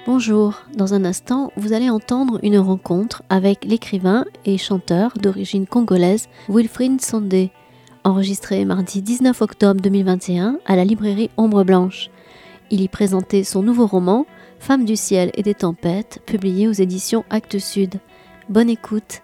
Bonjour, dans un instant, vous allez entendre une rencontre avec l'écrivain et chanteur d'origine congolaise Wilfried Nsonde, enregistrée mardi 19 octobre 2021 à la librairie Ombre Blanche. Il y présentait son nouveau roman, Femme du ciel et des tempêtes, publié aux éditions Actes Sud. Bonne écoute.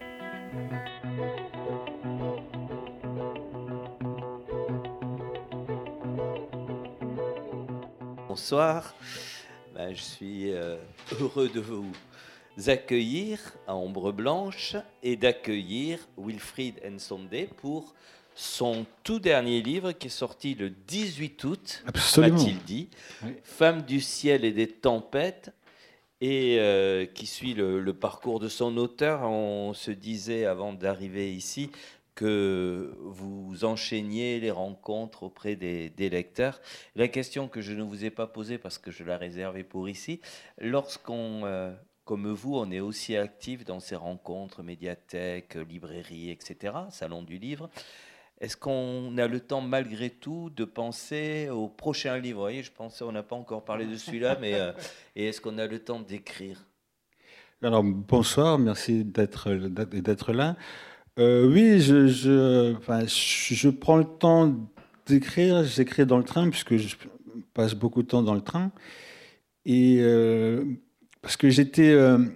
Bonsoir, je suis heureux de vous accueillir à Ombre Blanche et d'accueillir Wilfried Nsonde pour son tout dernier livre qui est sorti le 18 août, m'a-t-il dit, oui. Femme du ciel et des tempêtes, et qui suit le parcours de son auteur. On se disait avant d'arriver ici que vous enchaîniez les rencontres auprès des lecteurs. La question que je ne vous ai pas posée parce que je la réservais pour ici, lorsqu'on, comme vous, on est aussi actif dans ces rencontres, médiathèques, librairies, etc., salon du livre, est-ce qu'on a le temps malgré tout de penser au prochain livre? Vous voyez, je pensais, on n'a pas encore parlé de celui-là, mais et est-ce qu'on a le temps d'écrire? Alors bonsoir, merci d'être là. Oui, je prends le temps d'écrire. J'écris dans le train puisque je passe beaucoup de temps dans le train. Et parce que j'étais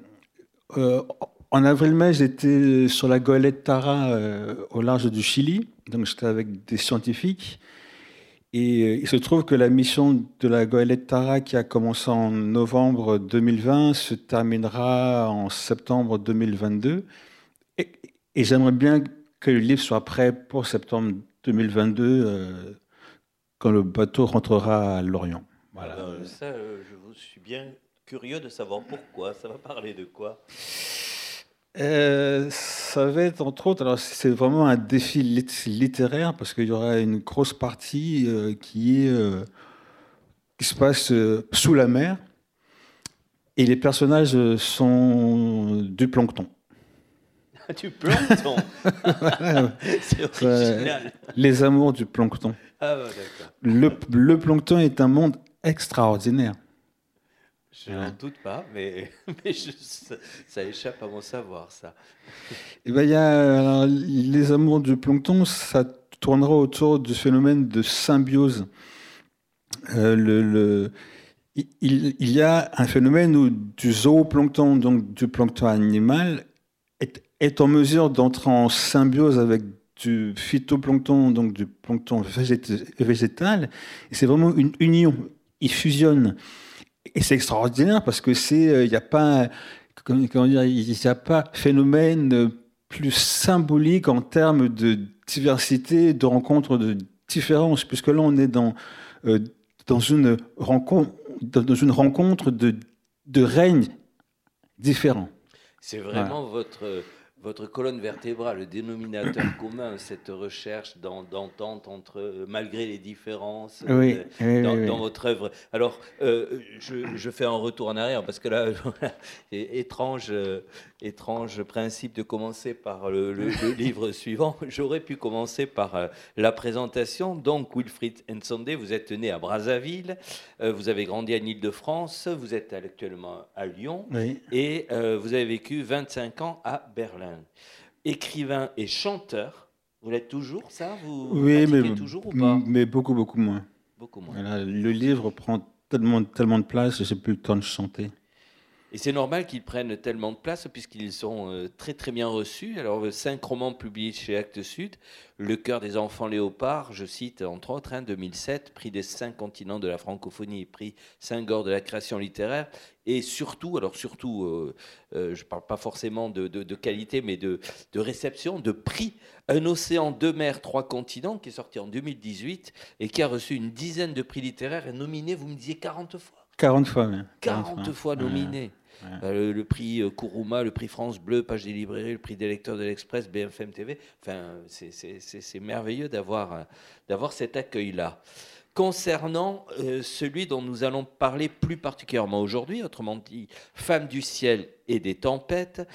en avril-mai, j'étais sur la goélette Tara au large du Chili. Donc j'étais avec des scientifiques. Et il se trouve que la mission de la goélette Tara, qui a commencé en novembre 2020, se terminera en septembre 2022. Et j'aimerais bien que le livre soit prêt pour septembre 2022, quand le bateau rentrera à Lorient. Voilà. Ça, je suis bien curieux de savoir pourquoi. Ça va parler de quoi? Ça va être, entre autres, alors c'est vraiment un défi littéraire, parce qu'il y aura une grosse partie qui se passe sous la mer, et les personnages sont du plancton. Du plancton. C'est original. Les amours du plancton. Ah, d'accord. Le plancton est un monde extraordinaire. Je n'en doute pas, mais ça échappe à mon savoir, ça. Et ben, alors, les amours du plancton, ça tournera autour du phénomène de symbiose. Il y a un phénomène où du zooplancton, donc du plancton animal, est en mesure d'entrer en symbiose avec du phytoplancton, donc du plancton végétal. Et c'est vraiment une union. Ils fusionnent. Et c'est extraordinaire parce que il n'y a pas, comment dire, il n'y a pas phénomène plus symbolique en termes de diversité, de rencontres, de différences, puisque là on est dans une rencontre de règnes différents. C'est vraiment votre colonne vertébrale, le dénominateur commun, cette recherche d'entente entre, malgré les différences dans votre œuvre. Alors, je fais un retour en arrière, parce que là, étrange principe de commencer par le livre suivant. J'aurais pu commencer par la présentation. Donc, Wilfried Nsonde, vous êtes né à Brazzaville, vous avez grandi en Île-de-France, vous êtes actuellement à Lyon, et vous avez vécu 25 ans à Berlin. Écrivain et chanteur, vous l'êtes toujours, ça? Vous pratiquez toujours ou pas? Mais beaucoup moins. Beaucoup moins. Voilà, le livre prend tellement de place, j'ai plus le temps de chanter. Et c'est normal qu'ils prennent tellement de place puisqu'ils sont très très bien reçus. Alors 5 romans publiés chez Actes Sud, Le cœur des enfants léopards, je cite entre autres, 2007, prix des 5 continents de la francophonie, prix Saint-Gore de la création littéraire. Et surtout, je ne parle pas forcément de qualité, mais de réception, de prix, Un océan, 2 mers, 3 continents, qui est sorti en 2018 et qui a reçu une dizaine de prix littéraires et nominé, vous me disiez 40 fois. 40 fois, oui. 40 fois nominé. Le prix Kuruma, le prix France Bleu, Page des librairies, le prix des lecteurs de l'Express, BFM TV. Enfin, c'est merveilleux d'avoir cet accueil-là. concernant celui dont nous allons parler plus particulièrement aujourd'hui, autrement dit, Femme du ciel et des tempêtes,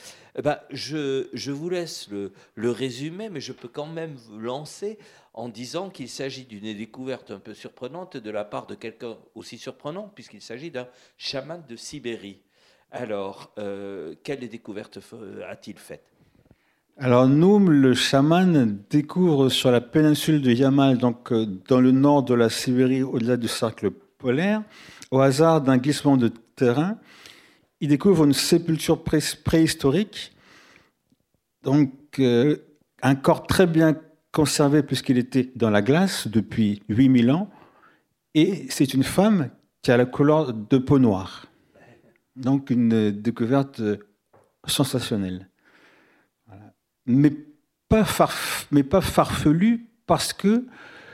je vous laisse le résumer, mais je peux quand même vous lancer en disant qu'il s'agit d'une découverte un peu surprenante de la part de quelqu'un aussi surprenant, puisqu'il s'agit d'un chaman de Sibérie. Alors, quelle découverte a-t-il faite ? Alors Noum, le chaman, découvre sur la péninsule de Yamal, donc dans le nord de la Sibérie, au-delà du cercle polaire, au hasard d'un glissement de terrain, il découvre une sépulture préhistorique, donc un corps très bien conservé puisqu'il était dans la glace depuis 8000 ans, et c'est une femme qui a la couleur de peau noire. Donc une découverte sensationnelle. Mais pas farfelu, parce que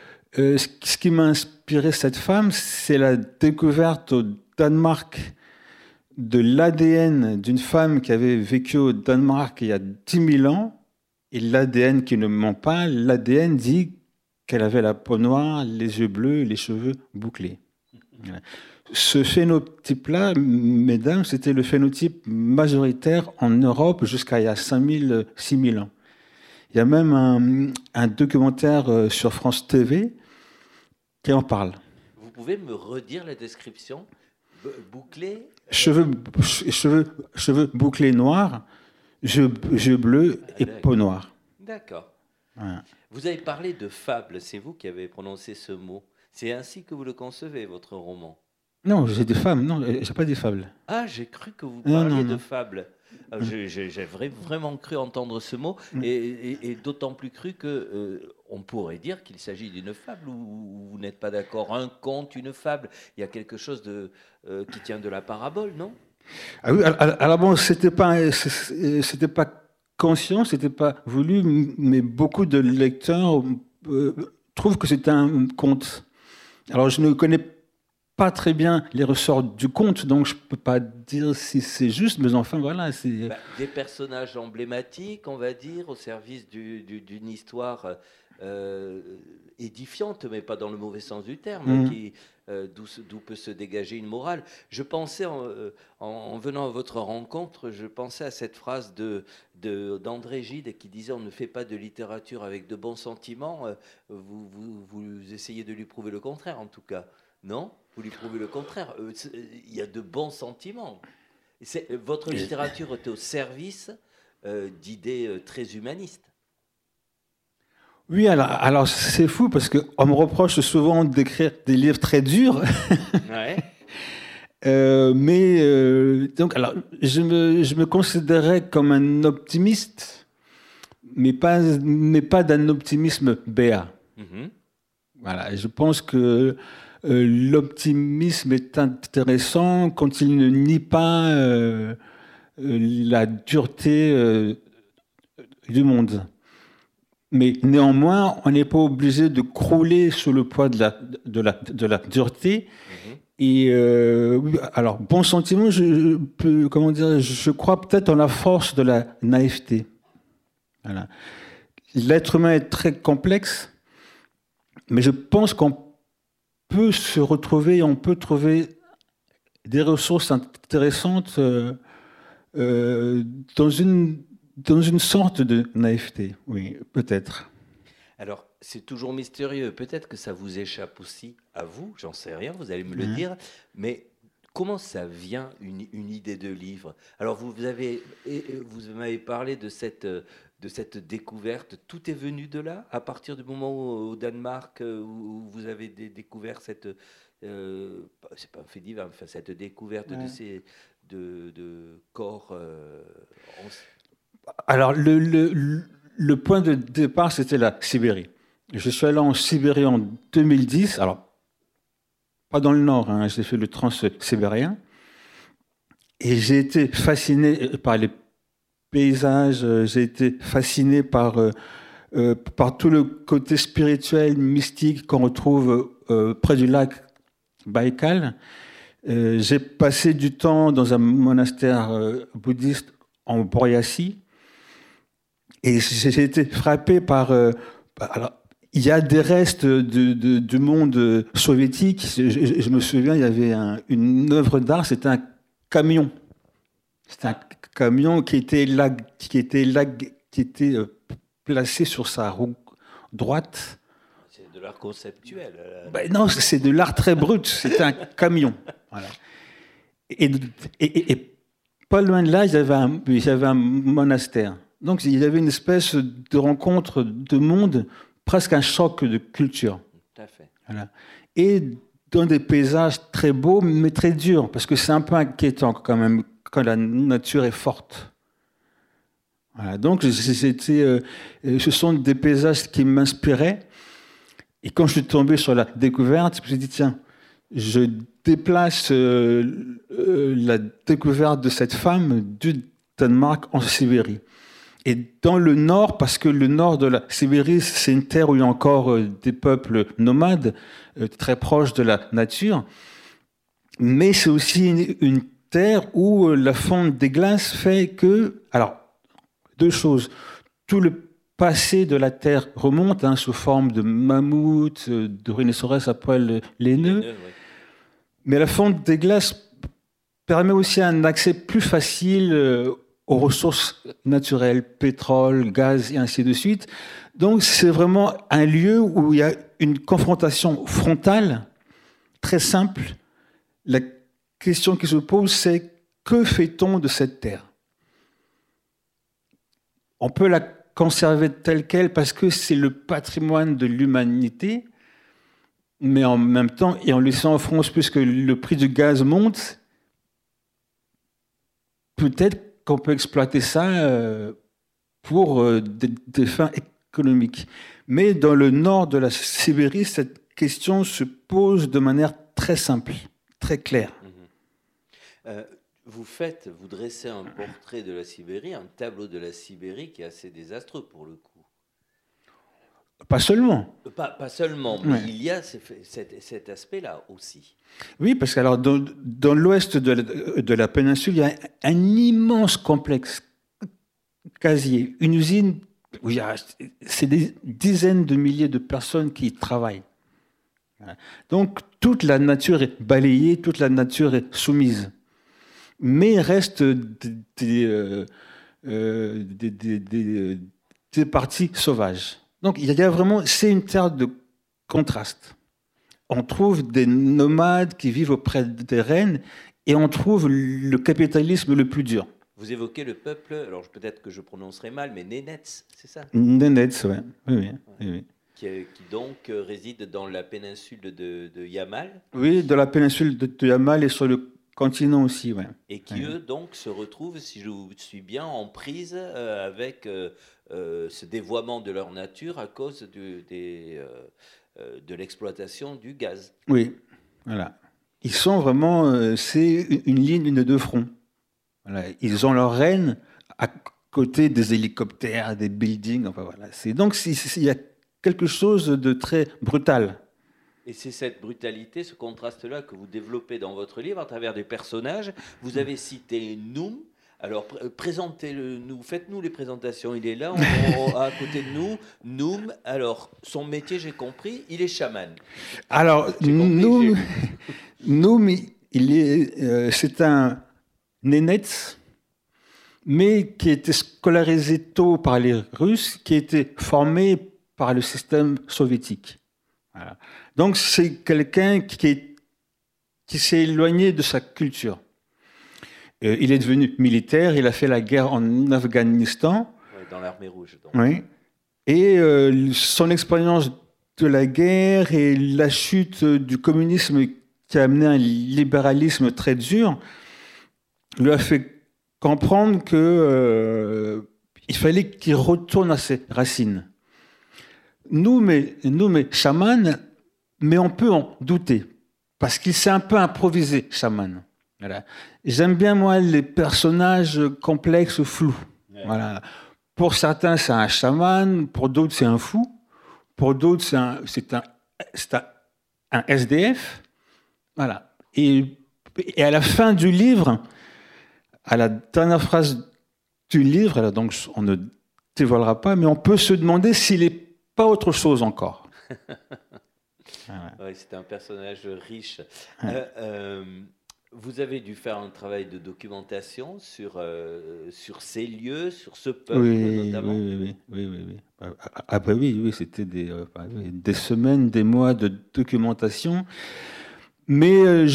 ce qui m'a inspiré cette femme, c'est la découverte au Danemark de l'ADN d'une femme qui avait vécu au Danemark il y a 10 000 ans, et l'ADN qui ne ment pas, l'ADN dit qu'elle avait la peau noire, les yeux bleus, les cheveux bouclés. Voilà. Ce phénotype-là, mesdames, c'était le phénotype majoritaire en Europe jusqu'à il y a 5000, 6000 ans. Il y a même un documentaire sur France TV qui en parle. Vous pouvez me redire la description ? Bouclés ? Cheveux bouclés noirs, yeux bleus et peau noire. D'accord. Voilà. Vous avez parlé de fable, c'est vous qui avez prononcé ce mot. C'est ainsi que vous le concevez, votre roman ? Non, j'ai des femmes. Non, j'ai pas des fables. Ah, j'ai cru que vous parliez non. de fables. J'ai vraiment cru entendre ce mot, et d'autant plus cru que on pourrait dire qu'il s'agit d'une fable, ou vous n'êtes pas d'accord ? Un conte, une fable, il y a quelque chose qui tient de la parabole, non ? Ah oui, alors bon, c'était pas conscient, c'était pas voulu, mais beaucoup de lecteurs trouvent que c'est un conte. Alors je ne connais pas très bien les ressorts du conte, donc je ne peux pas dire si c'est juste, mais enfin voilà. Des personnages emblématiques, on va dire, au service d'une histoire édifiante, mais pas dans le mauvais sens du terme, d'où peut se dégager une morale. Je pensais, en venant à votre rencontre, je pensais à cette phrase d'André Gide qui disait « On ne fait pas de littérature avec de bons sentiments ». Vous essayez de lui prouver le contraire, en tout cas. Non ? Vous lui prouvez le contraire. Il y a de bons sentiments. Votre littérature était au service d'idées très humanistes. Oui, alors c'est fou parce qu'on me reproche souvent d'écrire des livres très durs. Ouais. Donc, alors, je me considérais comme un optimiste, mais pas d'un optimisme béat. Mm-hmm. Voilà, je pense que l'optimisme est intéressant quand il ne nie pas la dureté du monde. Mais néanmoins, on n'est pas obligé de crouler sous le poids de la dureté. Mm-hmm. Et alors, bon sentiment, je crois peut-être en la force de la naïveté. Voilà. L'être humain est très complexe, mais je pense qu'on peut se retrouver, on peut trouver des ressources intéressantes dans une sorte de naïveté, oui, peut-être. Alors, c'est toujours mystérieux. Peut-être que ça vous échappe aussi à vous, j'en sais rien, vous allez me le dire. Mais comment ça vient, une idée de livre ? Alors, vous m'avez parlé de cette découverte. Tout est venu de là, à partir du moment où, au Danemark, où vous avez découvert cette... c'est pas un fait divers, enfin, cette découverte de corps... Alors, le point de départ, c'était la Sibérie. Je suis allé en Sibérie en 2010, alors pas dans le nord, hein, j'ai fait le transsibérien, et j'ai été fasciné par les paysages, j'ai été fasciné par tout le côté spirituel, mystique qu'on retrouve près du lac Baïkal. J'ai passé du temps dans un monastère bouddhiste en Boryassi, et j'ai été frappé par... alors, Il y a des restes du monde soviétique. Je me souviens, il y avait une œuvre d'art, c'était un camion. C'était un camion qui était placé sur sa roue droite. C'est de l'art conceptuel. Ben non, c'est de l'art très brut. C'était un camion. Voilà. Et pas loin de là, il y avait un monastère. Donc il y avait une espèce de rencontre de monde, presque un choc de culture. Tout à fait. Voilà. Et dans des paysages très beaux, mais très durs, parce que c'est un peu inquiétant quand même, quand la nature est forte. Voilà. Donc ce sont des paysages qui m'inspiraient. Et quand je suis tombé sur la découverte, je me suis dit, tiens, je déplace la découverte de cette femme du Danemark en Sibérie. Et dans le nord, parce que le nord de la Sibérie, c'est une terre où il y a encore des peuples nomades, très proches de la nature, mais c'est aussi une terre où la fonte des glaces fait que... Alors, deux choses. Tout le passé de la Terre remonte sous forme de mammouths, de rhinocéros à poils laineux. Oui. Mais la fonte des glaces permet aussi un accès plus facile aux ressources naturelles, pétrole, gaz et ainsi de suite. Donc c'est vraiment un lieu où il y a une confrontation frontale, très simple. La question qui se pose, c'est que fait-on de cette terre ? On peut la conserver telle qu'elle parce que c'est le patrimoine de l'humanité, mais en même temps, et en laissant en France, puisque le prix du gaz monte, peut-être qu'on peut exploiter ça pour des fins économiques. Mais dans le nord de la Sibérie, cette question se pose de manière très simple, très claire. Vous dressez un portrait de la Sibérie, un tableau de la Sibérie qui est assez désastreux pour le coup. Pas seulement. Pas seulement, mais il y a cet aspect-là aussi. Oui, parce que alors, dans l'ouest de la péninsule, il y a un immense complexe gazier, une usine où c'est des dizaines de milliers de personnes qui y travaillent. Donc, toute la nature est balayée, toute la nature est soumise. Mais il reste des parties sauvages. Donc, il y a vraiment, c'est une terre de contraste. On trouve des nomades qui vivent auprès des reines et on trouve le capitalisme le plus dur. Vous évoquez le peuple, alors peut-être que je prononcerai mal, mais Nenets, c'est ça ? Nenets, ouais. Oui. Qui donc réside dans la péninsule de Yamal. Oui, dans la péninsule de Yamal et sur le continent aussi, ouais. Et qui, eux, donc, se retrouvent, si je suis bien, en prise avec ce dévoiement de leur nature à cause de l'exploitation du gaz. Oui, voilà. Ils sont vraiment... c'est une ligne de front. Voilà. Ils ont leur reine à côté des hélicoptères, des buildings, enfin voilà. Donc, il y a quelque chose de très brutal. Et c'est cette brutalité, ce contraste-là que vous développez dans votre livre à travers des personnages. Vous avez cité Noum. Alors, présentez-le-nous, faites-nous les présentations. Il est là, à côté de nous. Noum, alors, son métier, j'ai compris, il est chaman. Alors, Noum, c'est un Nenets, mais qui a été scolarisé tôt par les Russes, qui a été formé par le système soviétique. Voilà. Donc, c'est quelqu'un qui s'est éloigné de sa culture. Il est devenu militaire, il a fait la guerre en Afghanistan. Ouais, dans l'armée rouge. Donc. Oui. Et son expérience de la guerre et la chute du communisme qui a amené un libéralisme très dur lui a fait comprendre qu'il fallait qu'il retourne à ses racines. Nous, mais chaman, mais on peut en douter, parce qu'il s'est un peu improvisé, chaman. Voilà. J'aime bien, moi, les personnages complexes, flous. Ouais. Voilà. Pour certains, c'est un chaman, pour d'autres, c'est un fou, pour d'autres, c'est un SDF. Voilà. Et à la fin du livre, à la dernière phrase du livre, alors donc on ne dévoilera pas, mais on peut se demander s'il n'est pas autre chose encore. Ouais, c'est un personnage riche. Vous avez dû faire un travail de documentation sur ces lieux, sur ce peuple notamment. Oui. Ah bah oui, c'était des semaines, des mois de documentation. Mais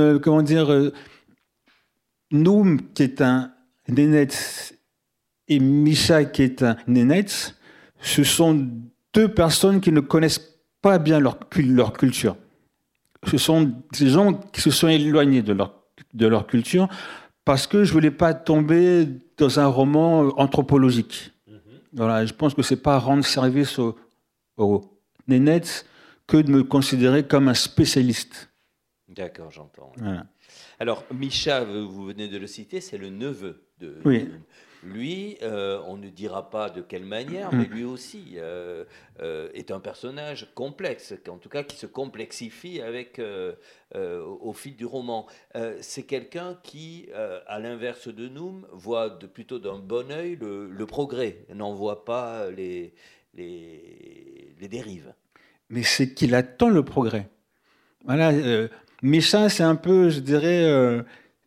Noum qui est un Nénètse et Misha qui est un Nénètse, ce sont deux personnes qui ne connaissent pas bien leur culture. Ce sont des gens qui se sont éloignés de leur culture parce que je ne voulais pas tomber dans un roman anthropologique. Voilà, je pense que ce n'est pas rendre service aux Nénètses que de me considérer comme un spécialiste. D'accord, j'entends. Voilà. Alors, Misha, vous venez de le citer, c'est le neveu de Oui. Lui, on ne dira pas de quelle manière, mais lui aussi est un personnage complexe, en tout cas qui se complexifie au fil du roman. C'est quelqu'un qui, à l'inverse de Noum, voit plutôt d'un bon œil le progrès, n'en voit pas les dérives. Mais c'est qu'il attend le progrès. Voilà. Misha, c'est un peu, je dirais,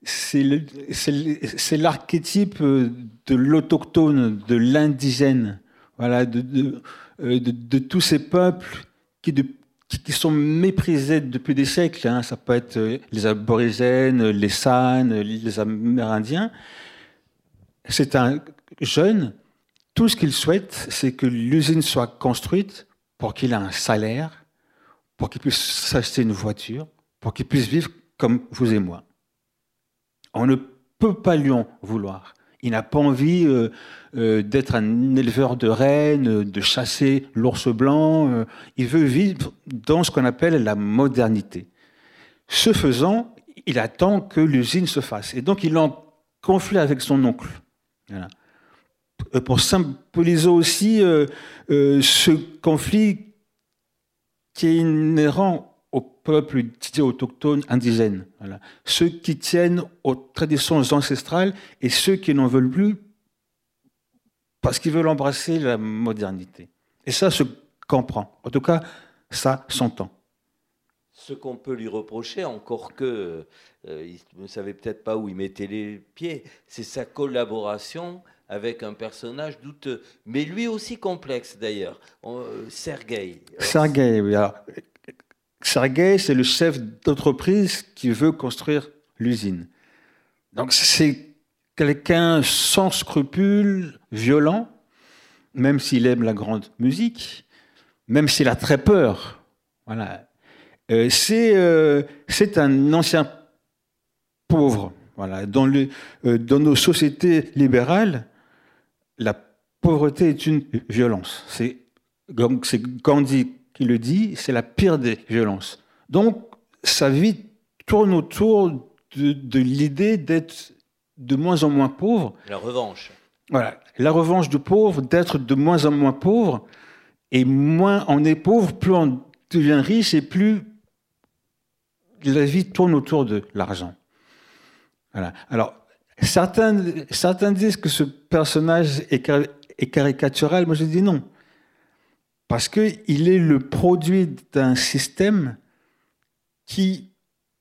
c'est l'archétype de l'autochtone, de l'indigène, voilà, de tous ces peuples qui sont méprisés depuis des siècles. Hein. Ça peut être les aborigènes, les San, les Amérindiens. C'est un jeune, tout ce qu'il souhaite, c'est que l'usine soit construite pour qu'il ait un salaire, pour qu'il puisse s'acheter une voiture, pour qu'il puisse vivre comme vous et moi. On ne peut pas lui en vouloir. Il n'a pas envie d'être un éleveur de rennes, de chasser l'ours blanc. Il veut vivre dans ce qu'on appelle la modernité. Ce faisant, il attend que l'usine se fasse. Et donc, il est en conflit avec son oncle. Voilà. Pour symboliser aussi ce conflit qui est inhérent aux peuples dits autochtones indigènes. Voilà. Ceux qui tiennent aux traditions ancestrales et ceux qui n'en veulent plus parce qu'ils veulent embrasser la modernité. Et ça se comprend. En tout cas, ça s'entend. Ce qu'on peut lui reprocher, encore que il ne savait peut-être pas où il mettait les pieds, c'est sa collaboration avec un personnage douteux, mais lui aussi complexe d'ailleurs, Sergueï. Sergueï, oui. Alors, Sergueï, c'est le chef d'entreprise qui veut construire l'usine. Donc c'est quelqu'un sans scrupules, violent, même s'il aime la grande musique, même s'il a très peur. Voilà. C'est un ancien pauvre. Voilà. Dans nos sociétés libérales, la pauvreté est une violence. C'est Gandhi qui le dit, c'est la pire des violences. Donc, sa vie tourne autour de l'idée d'être de moins en moins pauvre. La revanche. Voilà, la revanche du pauvre, d'être de moins en moins pauvre, et moins on est pauvre, plus on devient riche, et plus la vie tourne autour de l'argent. Voilà. Alors, certains disent que ce personnage est caricatural, moi je dis non. Parce qu'il est le produit d'un système qui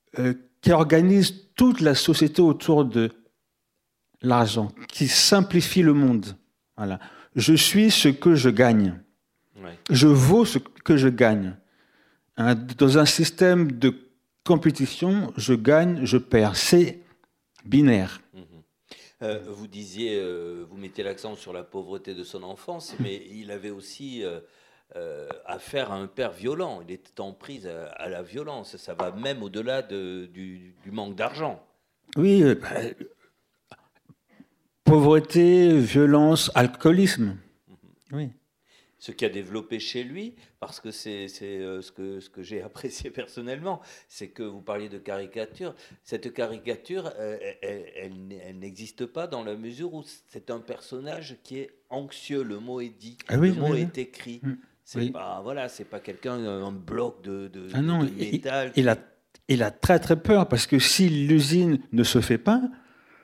organise toute la société autour de l'argent, qui simplifie le monde. Voilà. Je suis ce que je gagne. Ouais. Je vaux ce que je gagne. Hein, dans un système de compétition, je gagne, je perds. C'est binaire. Vous disiez, vous mettez l'accent sur la pauvreté de son enfance, mais il avait aussi affaire à un père violent. Il était en prise à la violence. Ça va même au-delà du manque d'argent. Oui, pauvreté, violence, alcoolisme. Oui. Ce qui a développé chez lui, parce que c'est ce que j'ai apprécié personnellement, c'est que vous parliez de caricature. Cette caricature, elle n'existe pas dans la mesure où c'est un personnage qui est anxieux. Le mot est dit, le mot est écrit. C'est pas, voilà, c'est pas quelqu'un, un bloc de métal. Il a très très peur, parce que si l'usine ne se fait pas,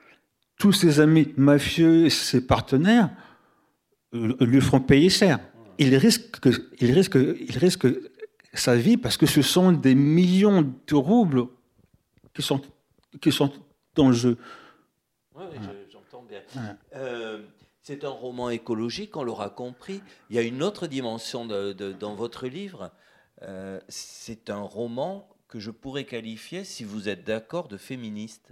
tous ses amis mafieux, ses partenaires, lui feront payer cher. il risque sa vie parce que ce sont des millions de roubles qui sont en jeu. Oui, j'entends bien. Ouais. C'est un roman écologique, on l'aura compris. Il y a une autre dimension dans votre livre. C'est un roman que je pourrais qualifier, si vous êtes d'accord, de féministe.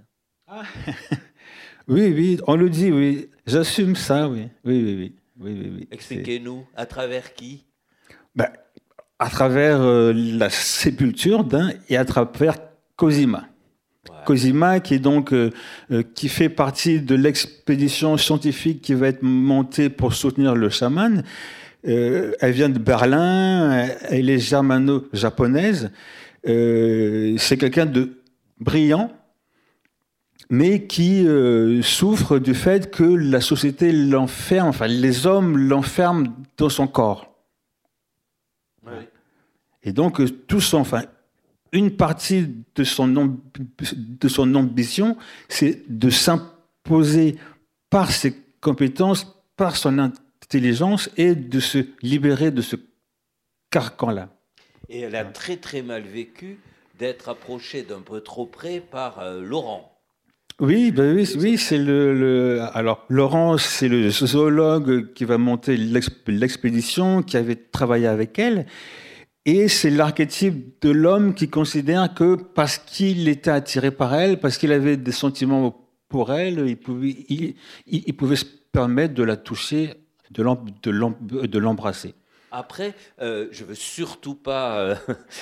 Oui, on le dit, oui. J'assume ça, oui. Oui. Expliquez-nous, à travers qui? Ben, à travers la sépulture d'un et à travers Cosima. Ouais. Cosima, qui fait partie de l'expédition scientifique qui va être montée pour soutenir le chaman. Elle vient de Berlin, elle est germano-japonaise. C'est quelqu'un de brillant, mais qui souffre du fait que la société l'enferme, enfin les hommes l'enferment dans son corps. Oui. Et donc, une partie de son ambition, c'est de s'imposer par ses compétences, par son intelligence et de se libérer de ce carcan-là. Et elle a très très mal vécu d'être approchée d'un peu trop près par Laurent. Oui, c'est alors Laurent, c'est le zoologue qui va monter l'expédition, qui avait travaillé avec elle. Et c'est l'archétype de l'homme qui considère que parce qu'il était attiré par elle, parce qu'il avait des sentiments pour elle, il pouvait se permettre de la toucher, de l'embrasser. Après, je ne veux surtout pas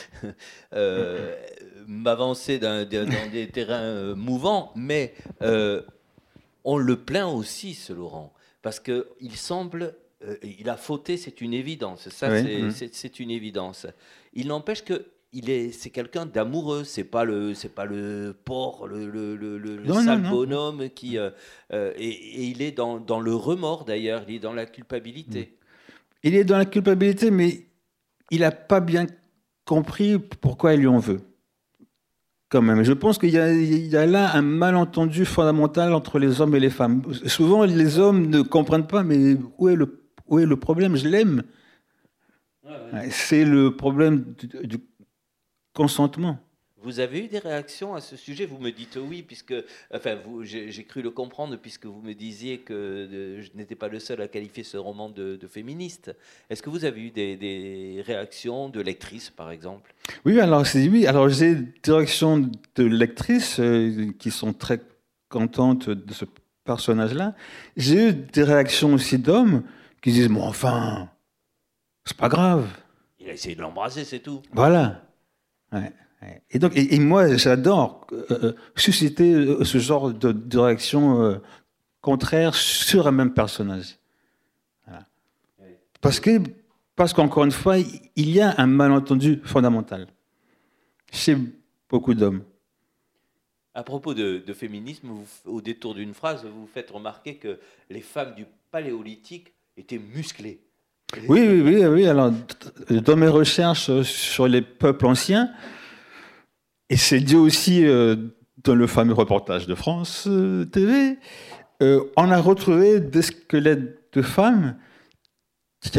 m'avancer dans des terrains mouvants, mais on le plaint aussi, ce Laurent, parce qu'il semble... il a fauté, c'est une évidence. Ça, oui. C'est une évidence. Il n'empêche que c'est quelqu'un d'amoureux. C'est pas le porc, le sale bonhomme qui. Et il est dans le remords d'ailleurs. Il est dans la culpabilité. Il est dans la culpabilité, mais il n'a pas bien compris pourquoi elle lui en veut. Quand même. Je pense qu'il y a là un malentendu fondamental entre les hommes et les femmes. Souvent, les hommes ne comprennent pas, mais où est le problème? Je l'aime. Ouais. C'est le problème du consentement. Vous avez eu des réactions à ce sujet? Vous me dites oui, puisque, enfin, j'ai cru le comprendre, puisque vous me disiez que je n'étais pas le seul à qualifier ce roman de féministe. Est-ce que vous avez eu des réactions de lectrices, par exemple? Oui, alors j'ai des réactions de lectrices qui sont très contentes de ce personnage-là. J'ai eu des réactions aussi d'hommes qui disent, bon, enfin, c'est pas grave. Il a essayé de l'embrasser, c'est tout. Voilà. Ouais. Et donc, et moi, j'adore susciter ce genre de réaction contraire sur un même personnage. Voilà. Oui. Parce qu'encore une fois, il y a un malentendu fondamental chez beaucoup d'hommes. À propos de féminisme, au détour d'une phrase, vous faites remarquer que les femmes du Paléolithique étaient musclées. Oui. Alors, dans mes recherches sur les peuples anciens, et c'est dit aussi dans le fameux reportage de France TV, on a retrouvé des squelettes de femmes qui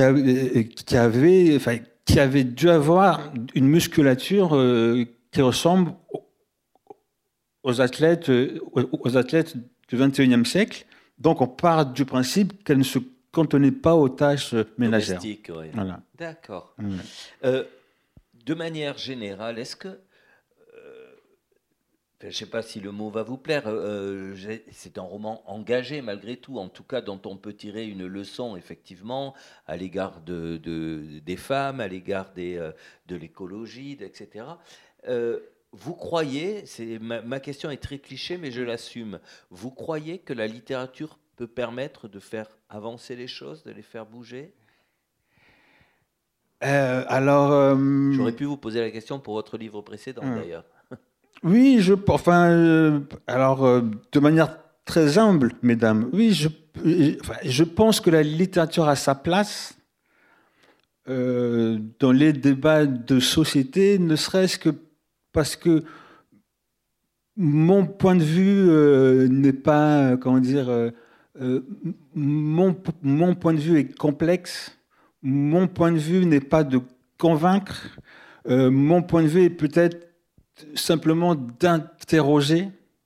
avaient dû avoir une musculature qui ressemble aux athlètes du XXIe siècle. Donc on part du principe qu'elles ne se cantonnaient pas aux tâches ménagères. Domestiques, oui. Voilà. D'accord. Ouais. De manière générale, est-ce que je ne sais pas si le mot va vous plaire, c'est un roman engagé malgré tout, en tout cas dont on peut tirer une leçon effectivement à l'égard des femmes, à l'égard de l'écologie, etc. Vous croyez, ma question est très cliché mais je l'assume, vous croyez que la littérature peut permettre de faire avancer les choses, de les faire bouger? J'aurais pu vous poser la question pour votre livre précédent d'ailleurs. Oui, de manière très humble, mesdames, oui, je pense que la littérature a sa place dans les débats de société, ne serait-ce que parce que mon point de vue n'est pas, mon point de vue est complexe mon point de vue n'est pas de convaincre, mon point de vue est peut-être simplement d'interroger.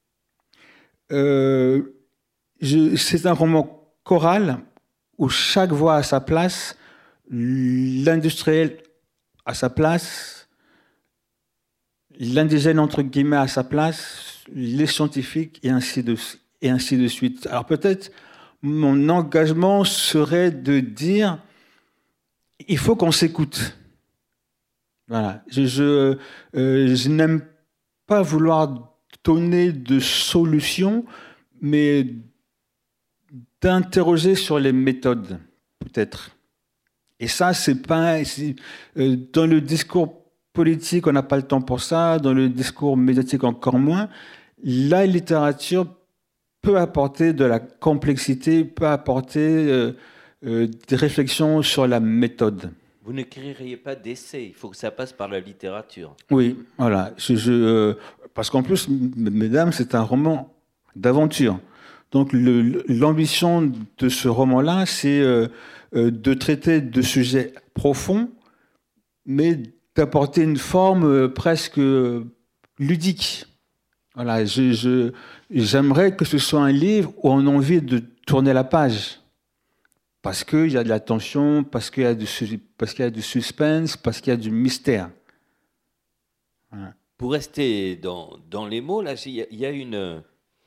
C'est un roman choral où chaque voix a sa place, l'industriel a sa place, l'indigène entre guillemets a sa place, les scientifiques et ainsi de suite. Alors peut-être mon engagement serait de dire il faut qu'on s'écoute. Voilà. Je n'aime pas vouloir donner de solutions, mais d'interroger sur les méthodes, peut-être. Et ça, dans le discours politique, on n'a pas le temps pour ça, dans le discours médiatique encore moins. La littérature peut apporter de la complexité, peut apporter des réflexions sur la méthode. Vous n'écririez pas d'essai, il faut que ça passe par la littérature. Oui, voilà. Parce qu'en plus, mesdames, c'est un roman d'aventure. Donc l'ambition de ce roman-là, c'est de traiter de sujets profonds, mais d'apporter une forme presque ludique. Voilà, j'aimerais que ce soit un livre où on a envie de tourner la page. Parce qu'il y a de la tension, parce qu'il y a du suspense, parce qu'il y a du mystère. Voilà. Pour rester dans les mots, là, il y a une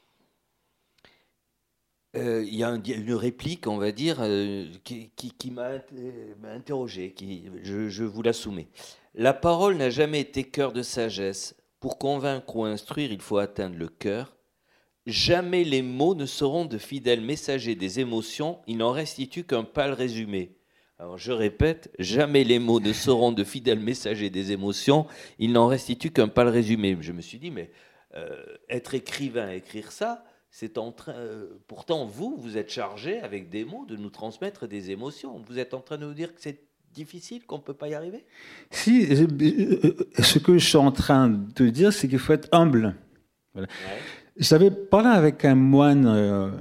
réplique, on va dire, qui m'a interrogé, je vous la soumets. La parole n'a jamais été cœur de sagesse. Pour convaincre ou instruire, il faut atteindre le cœur. Jamais les mots ne seront de fidèles messagers des émotions, ils n'en restituent qu'un pâle résumé. Alors je répète, jamais les mots ne seront de fidèles messagers des émotions, ils n'en restituent qu'un pâle résumé. Je me suis dit, mais être écrivain, écrire ça, c'est pourtant vous êtes chargé avec des mots de nous transmettre des émotions. Vous êtes en train de nous dire que c'est difficile, qu'on ne peut pas y arriver ? Si, ce que je suis en train de dire, c'est qu'il faut être humble. Voilà. Ouais. J'avais parlé avec un moine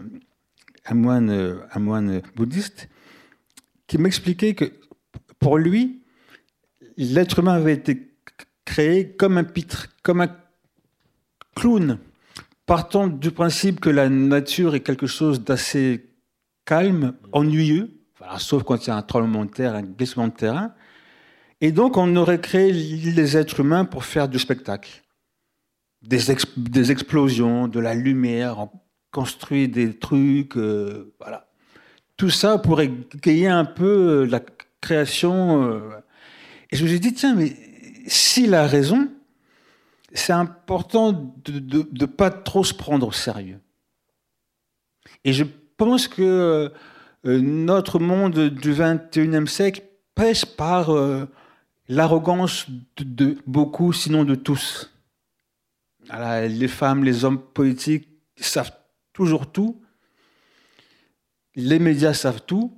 bouddhiste qui m'expliquait que pour lui, l'être humain avait été créé comme un pitre, comme un clown, partant du principe que la nature est quelque chose d'assez calme, ennuyeux, voilà, sauf quand il y a un tremblement de terre, un glissement de terrain. Et donc, on aurait créé les êtres humains pour faire du spectacle. Des explosions, de la lumière, on construit des trucs, voilà. Tout ça pour égayer un peu la création. Et je me suis dit, tiens, mais s'il a raison, c'est important de ne pas trop se prendre au sérieux. Et je pense que notre monde du XXIe siècle pêche par l'arrogance de beaucoup, sinon de tous. Alors, les femmes, les hommes politiques savent toujours tout. Les médias savent tout.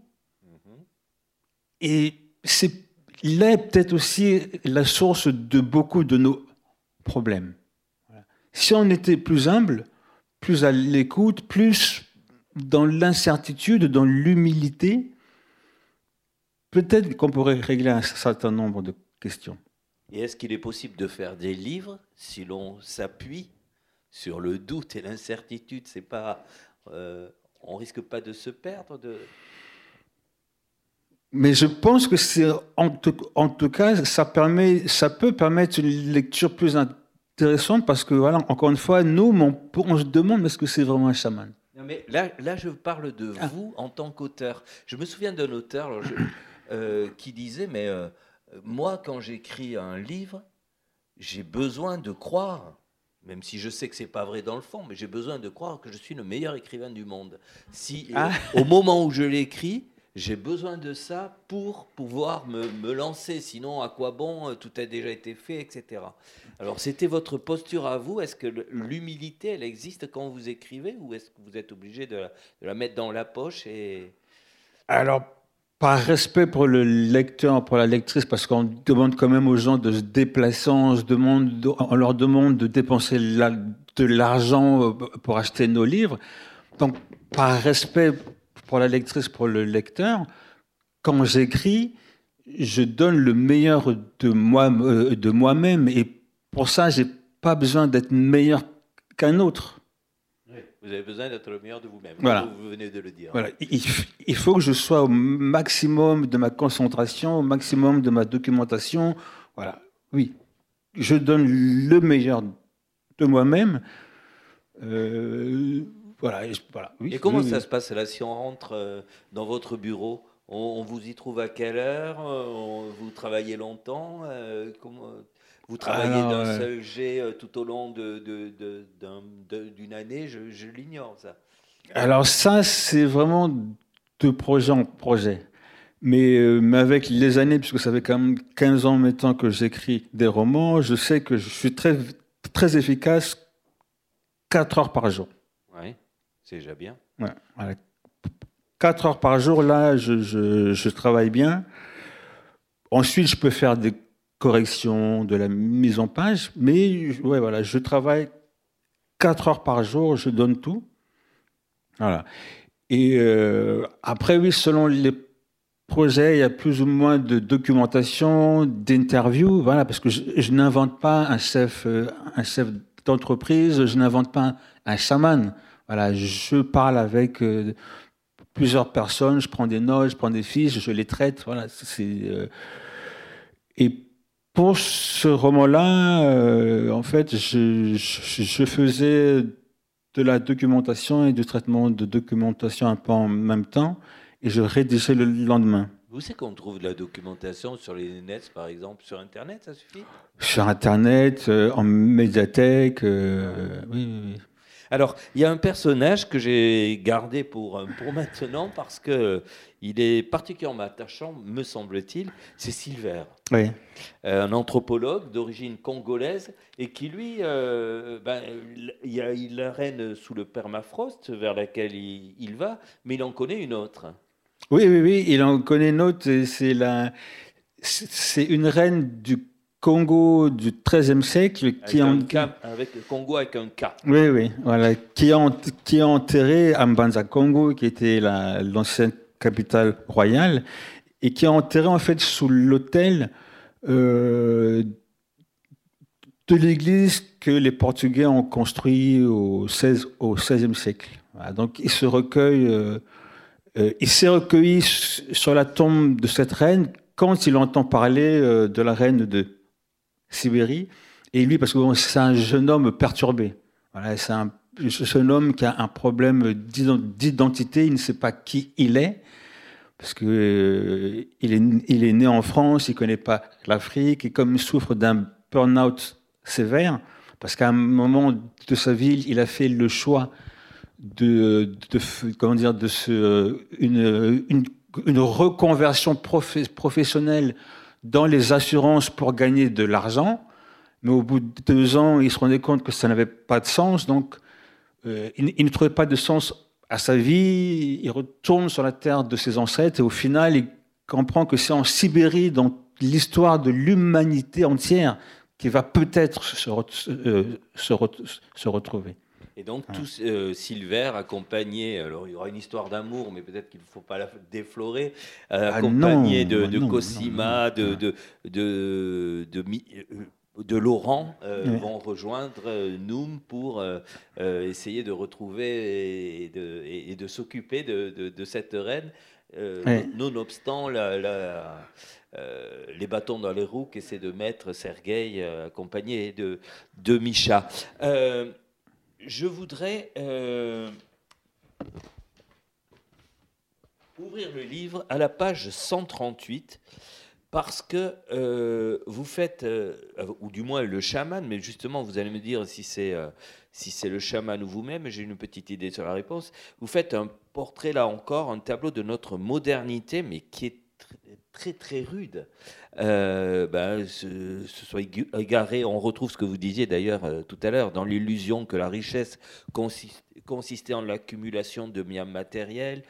Et c'est là peut-être aussi la source de beaucoup de nos problèmes. Voilà. Si on était plus humble, plus à l'écoute, plus dans l'incertitude, dans l'humilité, peut-être qu'on pourrait régler un certain nombre de questions. Et est-ce qu'il est possible de faire des livres si l'on s'appuie sur le doute et l'incertitude ? C'est pas, on risque pas de se perdre Mais je pense que c'est en tout cas ça peut permettre une lecture plus intéressante parce que voilà, encore une fois, nous on se demande est-ce que c'est vraiment un chaman ? Non, mais là je parle de vous en tant qu'auteur. Je me souviens d'un auteur qui disait mais moi, quand j'écris un livre, j'ai besoin de croire, même si je sais que c'est pas vrai dans le fond, mais j'ai besoin de croire que je suis le meilleur écrivain du monde. Au moment où je l'écris, j'ai besoin de ça pour pouvoir me lancer. Sinon, à quoi bon ? Tout a déjà été fait, etc. Alors, c'était votre posture à vous. Est-ce que l'humilité, elle existe quand vous écrivez, ou est-ce que vous êtes obligé de la mettre dans la poche Alors, par respect pour le lecteur, pour la lectrice, parce qu'on demande quand même aux gens de se déplacer, on leur demande de dépenser de l'argent pour acheter nos livres. Donc, par respect pour la lectrice, pour le lecteur, quand j'écris, je donne le meilleur de moi-même. Et pour ça, j'ai pas besoin d'être meilleur qu'un autre. Oui. Vous avez besoin d'être le meilleur de vous-même. Voilà. Vous venez de le dire. Voilà. Il faut que je sois au maximum de ma concentration, au maximum de ma documentation. Voilà. Oui. Je donne le meilleur de moi-même. Voilà. Voilà. Oui, Et comment oui, ça oui. se passe là si on rentre dans votre bureau? On vous y trouve à quelle heure? Vous travaillez longtemps? Vous travaillez Alors, d'un seul jet tout au long d'une année? Je l'ignore, ça. alors ça, c'est vraiment de projet en projet. Mais avec les années, puisque ça fait quand même 15 ans maintenant que j'écris des romans, je sais que je suis très, très efficace 4 heures par jour. Oui, c'est déjà bien. Ouais, voilà. 4 heures par jour, là, je travaille bien. Ensuite, je peux faire des corrections, de la mise en page, mais ouais, voilà, je travaille 4 heures par jour, je donne tout. Voilà. Et après, oui, selon les projets, il y a plus ou moins de documentation, d'interviews, voilà, parce que je n'invente pas un chef d'entreprise, je n'invente pas un chaman. Voilà, je parle avec plusieurs personnes, je prends des notes, je prends des fiches, je les traite, voilà. Et pour ce roman-là, en fait, je faisais de la documentation et du traitement de documentation un peu en même temps, et je rédigeais le lendemain. Vous savez qu'on trouve de la documentation sur les nets, par exemple, sur Internet, ça suffit? Sur Internet, en médiathèque, oui, oui, oui. Alors, il y a un personnage que j'ai gardé pour maintenant parce que il est particulièrement attachant, me semble-t-il, c'est Silver, Oui. un anthropologue d'origine congolaise et qui, lui, il règne sous le permafrost vers laquelle il va, mais il en connaît une autre. Oui, oui, oui, il en connaît une autre, c'est une reine du Congo du XIIIe siècle Avec un K, avec le Congo avec un K. oui, oui, voilà, qui est enterrée à Mbanza Congo, qui était l'ancienne capitale royale, et qui est enterrée en fait sous l'autel euh, de l'église que les Portugais ont construit au XVIe siècle. Voilà, donc il s'est recueilli sur la tombe de cette reine quand il entend parler de la reine de Sibérie. Et lui, parce que bon, c'est un jeune homme perturbé. Voilà, c'est un jeune homme qui a un problème d'identité. Il ne sait pas qui il est, parce que il est né en France, il ne connaît pas l'Afrique, et comme il souffre d'un burn-out sévère, parce qu'à un moment de sa vie, il a fait le choix comment dire, une reconversion professionnelle dans les assurances pour gagner de l'argent. Mais au bout de 2 ans, il se rendait compte que ça n'avait pas de sens. Donc, il ne trouvait pas de sens à sa vie. Il retourne sur la terre de ses ancêtres. Et au final, il comprend que c'est en Sibérie, dans l'histoire de l'humanité entière, qu'il va peut-être se retrouver. Et donc, Silver, accompagné, alors il y aura une histoire d'amour, mais peut-être qu'il ne faut pas la déflorer, accompagné de Cosima, de Laurent, vont rejoindre Noum pour essayer de retrouver et de s'occuper de cette reine, nonobstant les bâtons dans les roues qu'essaie de mettre Sergueï, accompagné de Micha. Je voudrais ouvrir le livre à la page 138 parce que vous faites, ou du moins le chaman, mais justement vous allez me dire si c'est le chaman ou vous-même, j'ai une petite idée sur la réponse. Vous faites un portrait, là encore, un tableau de notre modernité, mais qui est très très rude. Ce soit égaré, on retrouve ce que vous disiez d'ailleurs tout à l'heure, dans l'illusion que la richesse consistait en l'accumulation de biens matériels.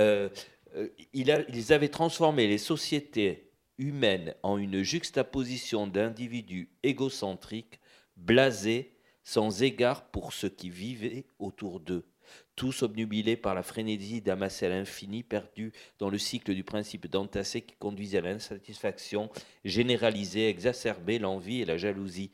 Ils avaient transformé les sociétés humaines en une juxtaposition d'individus égocentriques, blasés, sans égard pour ceux qui vivaient autour d'eux. tous obnubilés par la frénésie d'amasser à l'infini, perdus dans le cycle du principe d'entasser qui conduisait à l'insatisfaction généralisée, exacerbée, l'envie et la jalousie.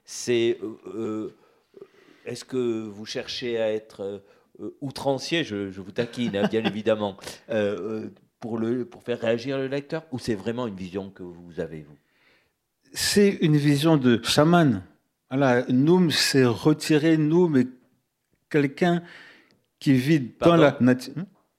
Est-ce que vous cherchez à être outrancier, je vous taquine, hein, bien évidemment, pour faire réagir le lecteur, ou c'est vraiment une vision que vous avez, vous? C'est une vision de chaman. Voilà, Noum, c'est retirer Noum et quelqu'un qui vit dans la nature.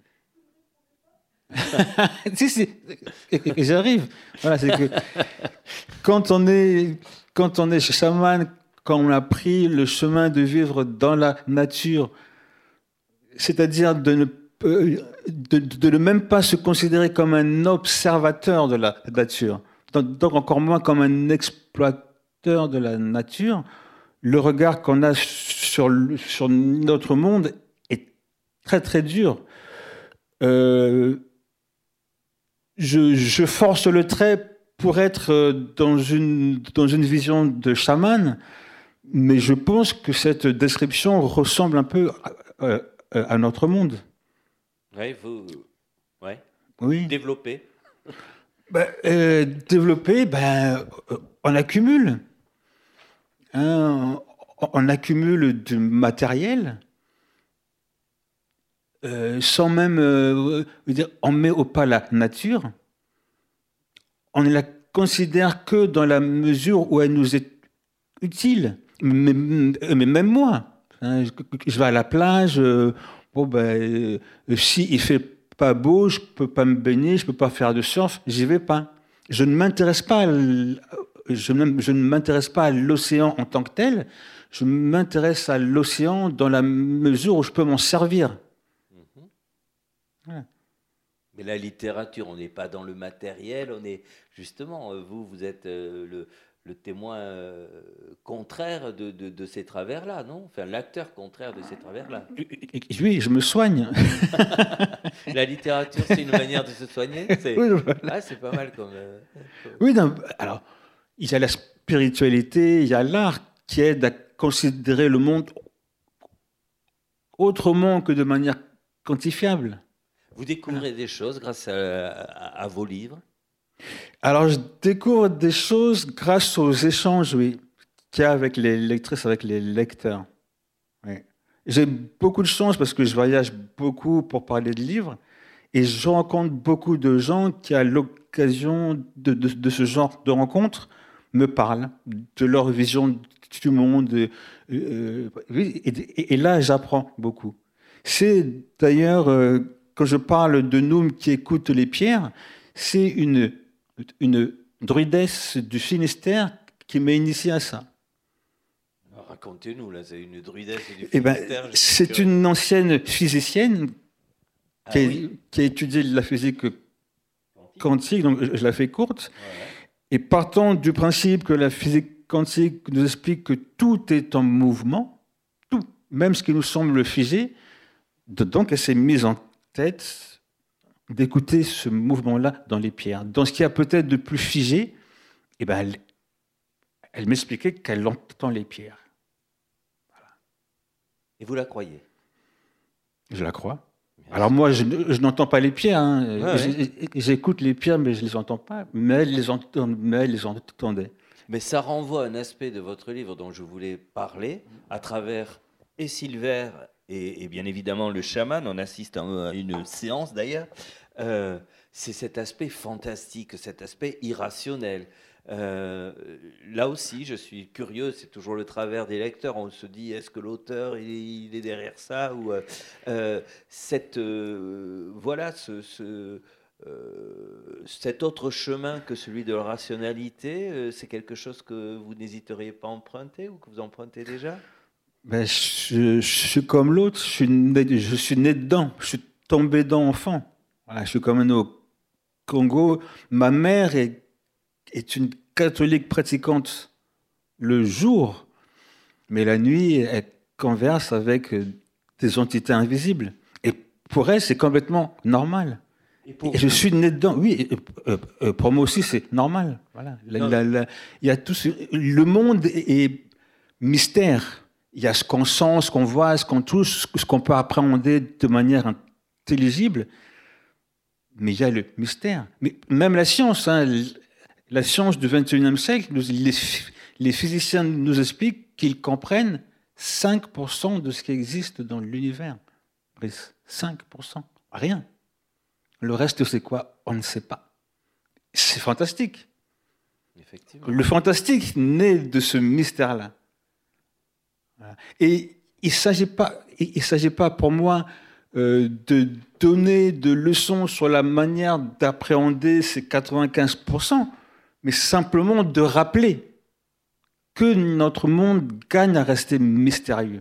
Si, j'arrive. Voilà, c'est que quand on est chaman, quand on a pris le chemin de vivre dans la nature, c'est-à-dire de ne même pas se considérer comme un observateur de la nature, donc encore moins comme un exploiteur de la nature, le regard qu'on a sur notre monde est très très dur. Je force le trait pour être dans une vision de chaman, mais je pense que cette description ressemble un peu à notre monde. Oui. Développer. Développer, on accumule. On accumule du matériel. Sans même dire, on met au pas la nature. On ne la considère que dans la mesure où elle nous est utile. Mais même moi, je vais à la plage. Si il fait pas beau, je peux pas me baigner, je peux pas faire de surf, j'y vais pas. Je ne m'intéresse pas à l'océan en tant que tel. Je m'intéresse à l'océan dans la mesure où je peux m'en servir. Voilà. Mais la littérature, on n'est pas dans le matériel, on est justement, vous êtes le témoin contraire de ces travers-là, non? Enfin, l'acteur contraire de ces travers-là. Oui, je me soigne. La littérature, c'est une manière de se soigner. Oui, voilà. C'est pas mal comme. Oui, non, alors, il y a la spiritualité, il y a l'art qui aide à considérer le monde autrement que de manière quantifiable. Vous découvrez des choses grâce à vos livres? Alors, je découvre des choses grâce aux échanges, oui, qu'il y a avec les lectrices, avec les lecteurs. Oui. J'ai beaucoup de chance parce que je voyage beaucoup pour parler de livres et je rencontre beaucoup de gens qui, à l'occasion de ce genre de rencontres, me parlent de leur vision du monde. Et là, j'apprends beaucoup. C'est d'ailleurs, quand je parle de Noum qui écoute les pierres, c'est une druidesse du Finistère qui m'a initié à ça. Alors, racontez-nous, là, c'est une druidesse du Finistère. C'est une ancienne physicienne qui a étudié la physique quantique, donc je la fais courte. Ouais. Et partant du principe que la physique quantique nous explique que tout est en mouvement, tout, même ce qui nous semble figé, donc elle s'est mise en tête d'écouter ce mouvement-là dans les pierres. Dans ce qu'il y a peut-être de plus figé, elle m'expliquait qu'elle entend les pierres. Voilà. Et vous la croyez? Je la crois. Alors moi, je n'entends pas les pierres. Hein. Ouais. J'écoute les pierres, mais je ne les entends pas. Mais elle les entendait. Mais ça renvoie à un aspect de votre livre dont je voulais parler, à travers et Silver et bien évidemment le chaman. On assiste à une séance d'ailleurs. C'est cet aspect fantastique, cet aspect irrationnel. Là aussi, je suis curieux, c'est toujours le travers des lecteurs. On se dit, est-ce que l'auteur il est derrière ça ou cet autre chemin que celui de la rationalité, c'est quelque chose que vous n'hésiteriez pas à emprunter ou que vous empruntez déjà? Je suis comme l'autre, je suis né dedans, je suis tombé dedans enfant. Voilà, je suis comme au Congo. Ma mère est une catholique pratiquante le jour, mais la nuit, elle converse avec des entités invisibles. Et pour elle, c'est complètement normal. Et je suis né dedans. Oui, pour moi aussi, c'est normal. Voilà. Il y a tout le monde est mystère. il y a ce qu'on sent, ce qu'on voit, ce qu'on touche, ce qu'on peut appréhender de manière intelligible, mais il y a le mystère. Mais même la science, hein, la science du XXIe siècle, les physiciens nous expliquent qu'ils comprennent 5% de ce qui existe dans l'univers. 5%, rien. Le reste, c'est quoi? On ne sait pas. C'est fantastique. Effectivement. Le fantastique naît de ce mystère-là. Voilà. Et il ne s'agit pas pour moi de donner de leçons sur la manière d'appréhender ces 95%, mais simplement de rappeler que notre monde gagne à rester mystérieux.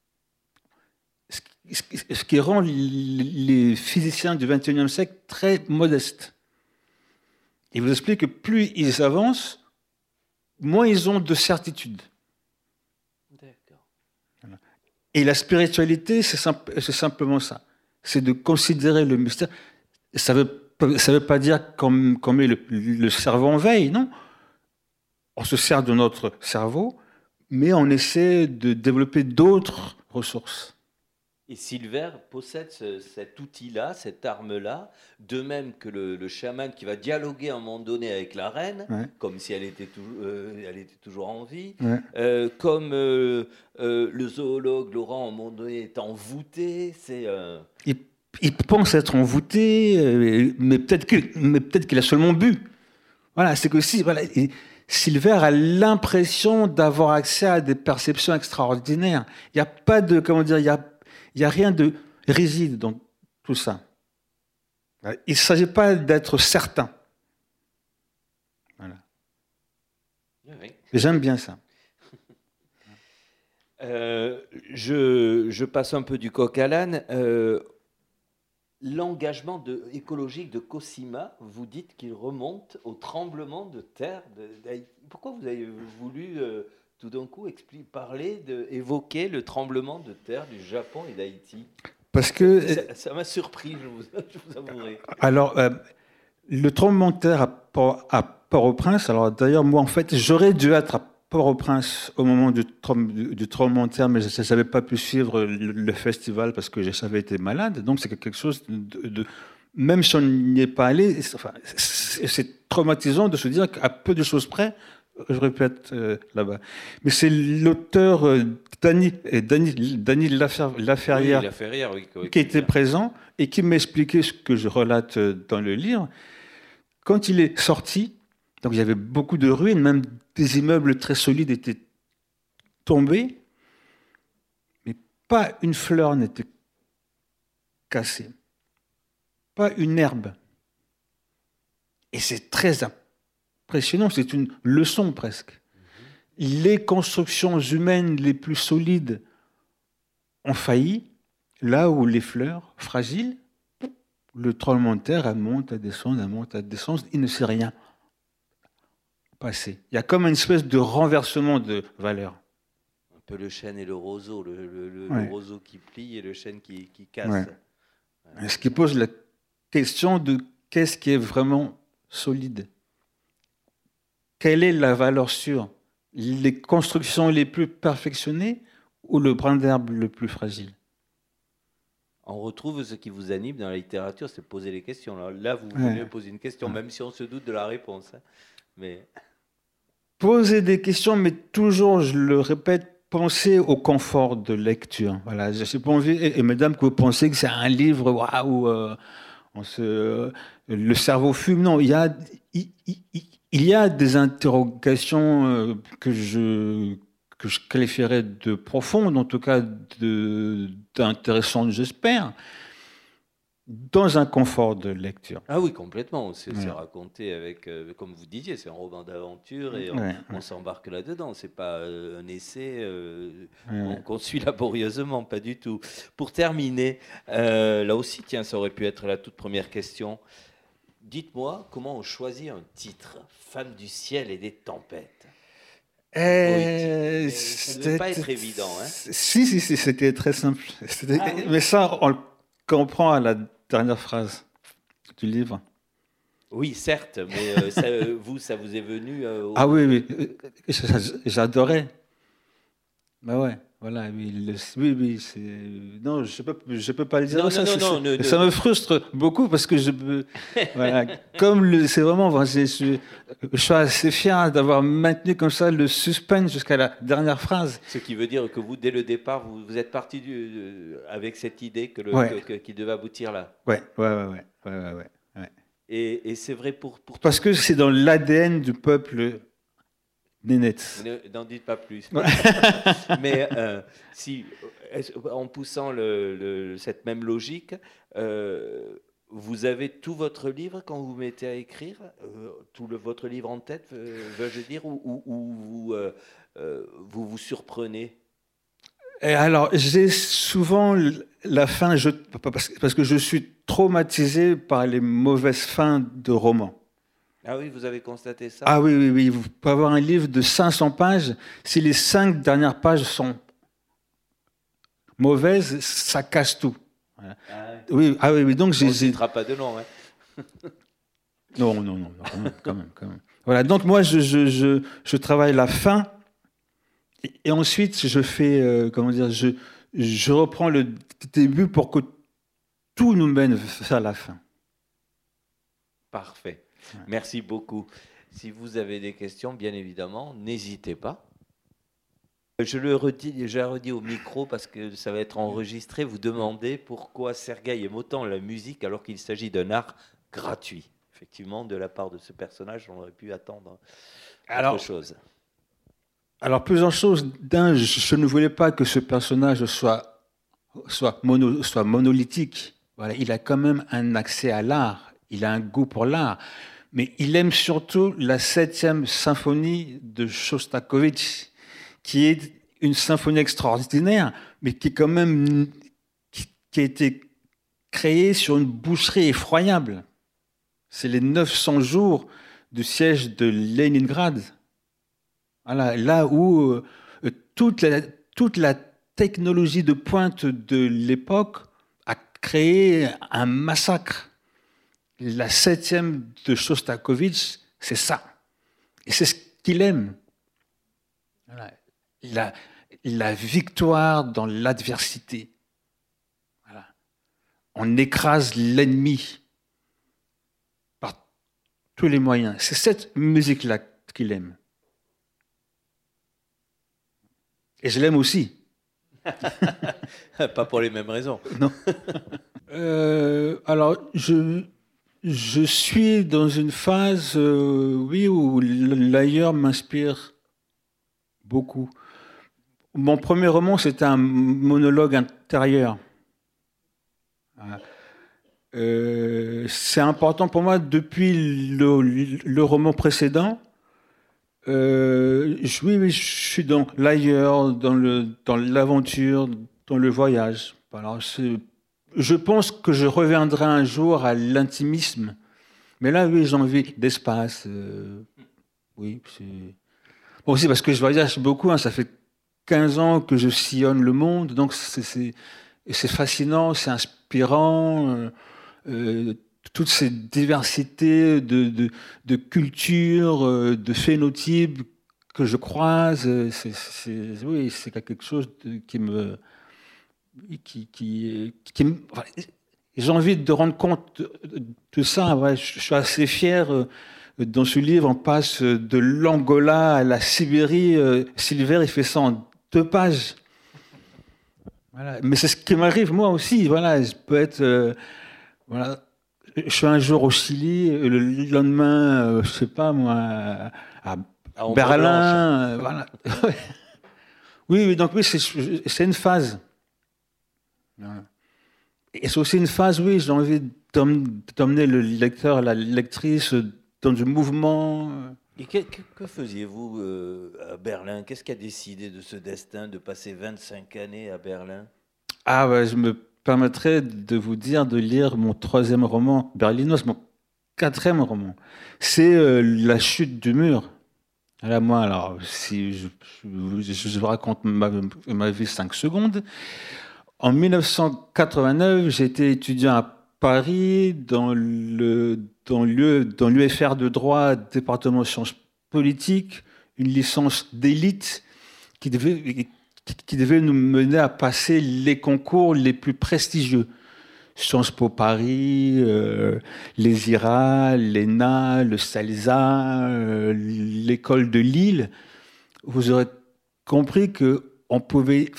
Ce qui rend les physiciens du XXIe siècle très modestes. Ils vous expliquent que plus ils avancent, moins ils ont de certitude. D'accord. Voilà. Et la spiritualité, c'est simplement ça. C'est de considérer le mystère. Ça veut pas dire qu'on met le cerveau en veille, non. On se sert de notre cerveau, mais on essaie de développer d'autres ressources. Et Silver possède cet outil-là, cette arme-là, de même que le chaman qui va dialoguer à un moment donné avec la reine, Ouais. comme si elle était toujours en vie, Ouais. comme le zoologue Laurent, à un moment donné, est envoûté. Il pense être envoûté, mais peut-être qu'il a seulement bu. Voilà, c'est que si, voilà, Silver a l'impression d'avoir accès à des perceptions extraordinaires. Il n'y a pas de, comment dire, il y a rien de rigide dans tout ça. Il ne s'agit pas d'être certain. Voilà. Oui. J'aime bien ça. Je passe un peu du coq à l'âne. L'engagement écologique de Cosima, vous dites qu'il remonte au tremblement de terre d'Haïti. Pourquoi vous avez voulu tout d'un coup évoquer le tremblement de terre du Japon et d'Haïti? Parce que ça m'a surpris, je vous avouerai. Alors, le tremblement de terre à Port-au-Prince, alors d'ailleurs, moi, en fait, j'aurais dû être à Port-au-Prince au moment du tremblement de terre, mais je n'avais pas pu suivre le festival parce que j'avais été malade. Donc, c'est quelque chose même si on n'y est pas allé, c'est traumatisant de se dire qu'à peu de choses près, j'aurais pu être là-bas. Mais c'est l'auteur Dany Laferrière, oui, qui était présent et qui m'expliquait ce que je relate dans le livre. Quand il est sorti, donc il y avait beaucoup de ruines, même des immeubles très solides étaient tombés, mais pas une fleur n'était cassée, pas une herbe. Et c'est très impressionnant, c'est une leçon presque. Les constructions humaines les plus solides ont failli, là où les fleurs fragiles, le tremblement de terre, elle monte, elle descend, il ne s'est rien passé. Il y a comme une espèce de renversement de valeur. Un peu le chêne et le roseau, le roseau qui plie et le chêne qui casse. Ouais. Ce qui pose la question de qu'est-ce qui est vraiment solide. Quelle est la valeur sûre? Les constructions les plus perfectionnées ou le brin d'herbe le plus fragile? On retrouve ce qui vous anime dans la littérature, c'est poser les questions. Là vous venez poser une question, même si on se doute de la réponse. Mais... Poser des questions, mais toujours, je le répète, penser au confort de lecture. Voilà, je n'ai pas envie, et mesdames, que vous pensez que c'est un livre, waouh, le cerveau fume. Non, il y a des interrogations que je qualifierais de profondes, en tout cas d'intéressantes, j'espère, dans un confort de lecture. Ah oui, complètement. C'est raconté avec, comme vous disiez, c'est un roman d'aventure et on s'embarque là-dedans. C'est pas un essai qu'on suit laborieusement, pas du tout. Pour terminer, là aussi, tiens, ça aurait pu être la toute première question. Dites-moi comment on choisit un titre, Femme du ciel et des tempêtes. Ça ne devait pas être évident. Hein. Si, c'était très simple. Oui. Mais ça, on le comprend à la dernière phrase du livre. Oui, certes, mais ça vous est venu... Ah oui, j'adorais. Ben ouais. Voilà, oui, oui, c'est... Non, je peux pas le dire. Non, ça, non, ça me frustre beaucoup parce que voilà, comme c'est vraiment... Je suis assez fier d'avoir maintenu comme ça le suspense jusqu'à la dernière phrase. Ce qui veut dire que vous, dès le départ, vous êtes parti avec cette idée qu'il devait aboutir là. Ouais. Et c'est vrai pour parce que c'est dans l'ADN du peuple nénète. N'en dites pas plus. Mais si, en poussant cette même logique, vous avez tout votre livre quand vous vous mettez à écrire, votre livre en tête, veux-je dire, ou vous vous surprenez? Et alors, j'ai souvent la fin, parce que je suis traumatisé par les mauvaises fins de romans. Ah oui, vous avez constaté ça? Ah oui. Vous pouvez avoir un livre de 500 pages. Si les 5 dernières pages sont mauvaises, ça casse tout. Voilà. Oui. Donc, on ne citera pas de nom. Hein. Non, quand même. Voilà, donc moi, je travaille la fin. Et ensuite, je fais, je reprends le début pour que tout nous mène vers la fin. Parfait. Ouais. Merci beaucoup. Si vous avez des questions, bien évidemment, n'hésitez pas. Je le redis au micro parce que ça va être enregistré. Vous demandez pourquoi Sergueï aime autant la musique alors qu'il s'agit d'un art gratuit. Effectivement, de la part de ce personnage, on aurait pu attendre autre chose. Alors, plusieurs choses. D'un, je ne voulais pas que ce personnage soit monolithique. Voilà, il a quand même un accès à l'art. Il a un goût pour l'art. Mais il aime surtout la 7e symphonie de Shostakovich, qui est une symphonie extraordinaire, mais qui est quand même qui a été créée sur une boucherie effroyable. C'est les 900 jours du siège de Leningrad. Voilà, là où toute la technologie de pointe de l'époque a créé un massacre. La 7e de Shostakovich, c'est ça. Et c'est ce qu'il aime. Voilà. La victoire dans l'adversité. Voilà. On écrase l'ennemi par tous les moyens. C'est cette musique-là qu'il aime. Et je l'aime aussi. Pas pour les mêmes raisons. Non. Alors, je suis dans une phase, où l'ailleurs m'inspire beaucoup. Mon premier roman, c'était un monologue intérieur. C'est important pour moi depuis le roman précédent. Je suis dans l'ailleurs, dans l'aventure, dans le voyage. Alors, je pense que je reviendrai un jour à l'intimisme. Mais là, oui, j'ai envie d'espace. Oui, bon, aussi parce que je voyage beaucoup. Ça fait 15 ans que je sillonne le monde. Donc, c'est fascinant, c'est inspirant. Toute cette diversité de cultures, de phénotypes que je croise, c'est quelque chose qui me... j'ai envie de rendre compte de ça. Ouais, je suis assez fier. Dans ce livre, on passe de l'Angola à la Sibérie. Silver, il fait ça en 2 pages. Voilà. Mais c'est ce qui m'arrive moi aussi. Voilà, je peux être... voilà. Je suis un jour au Chili, le lendemain, je sais pas moi, à Berlin. Voilà. Oui, donc oui, c'est une phase. Et c'est aussi une phase, oui, j'ai envie d'emmener le lecteur, la lectrice dans du mouvement. Et que faisiez-vous à Berlin? Qu'est-ce qui a décidé de ce destin de passer 25 années à Berlin? Ah ouais, je me permettrai de vous dire de lire mon 3e roman, Berlinois, mon 4e roman. C'est La chute du mur. Là, moi, alors, si je vous raconte ma vie 5 secondes. En 1989, j'étais étudiant à Paris dans l'UFR de droit, département de sciences politiques, une licence d'élite qui qui devait nous mener à passer les concours les plus prestigieux. Sciences Po Paris, les IRA, l'ENA, le CELSA, l'école de Lille. Vous aurez compris que on pouvait,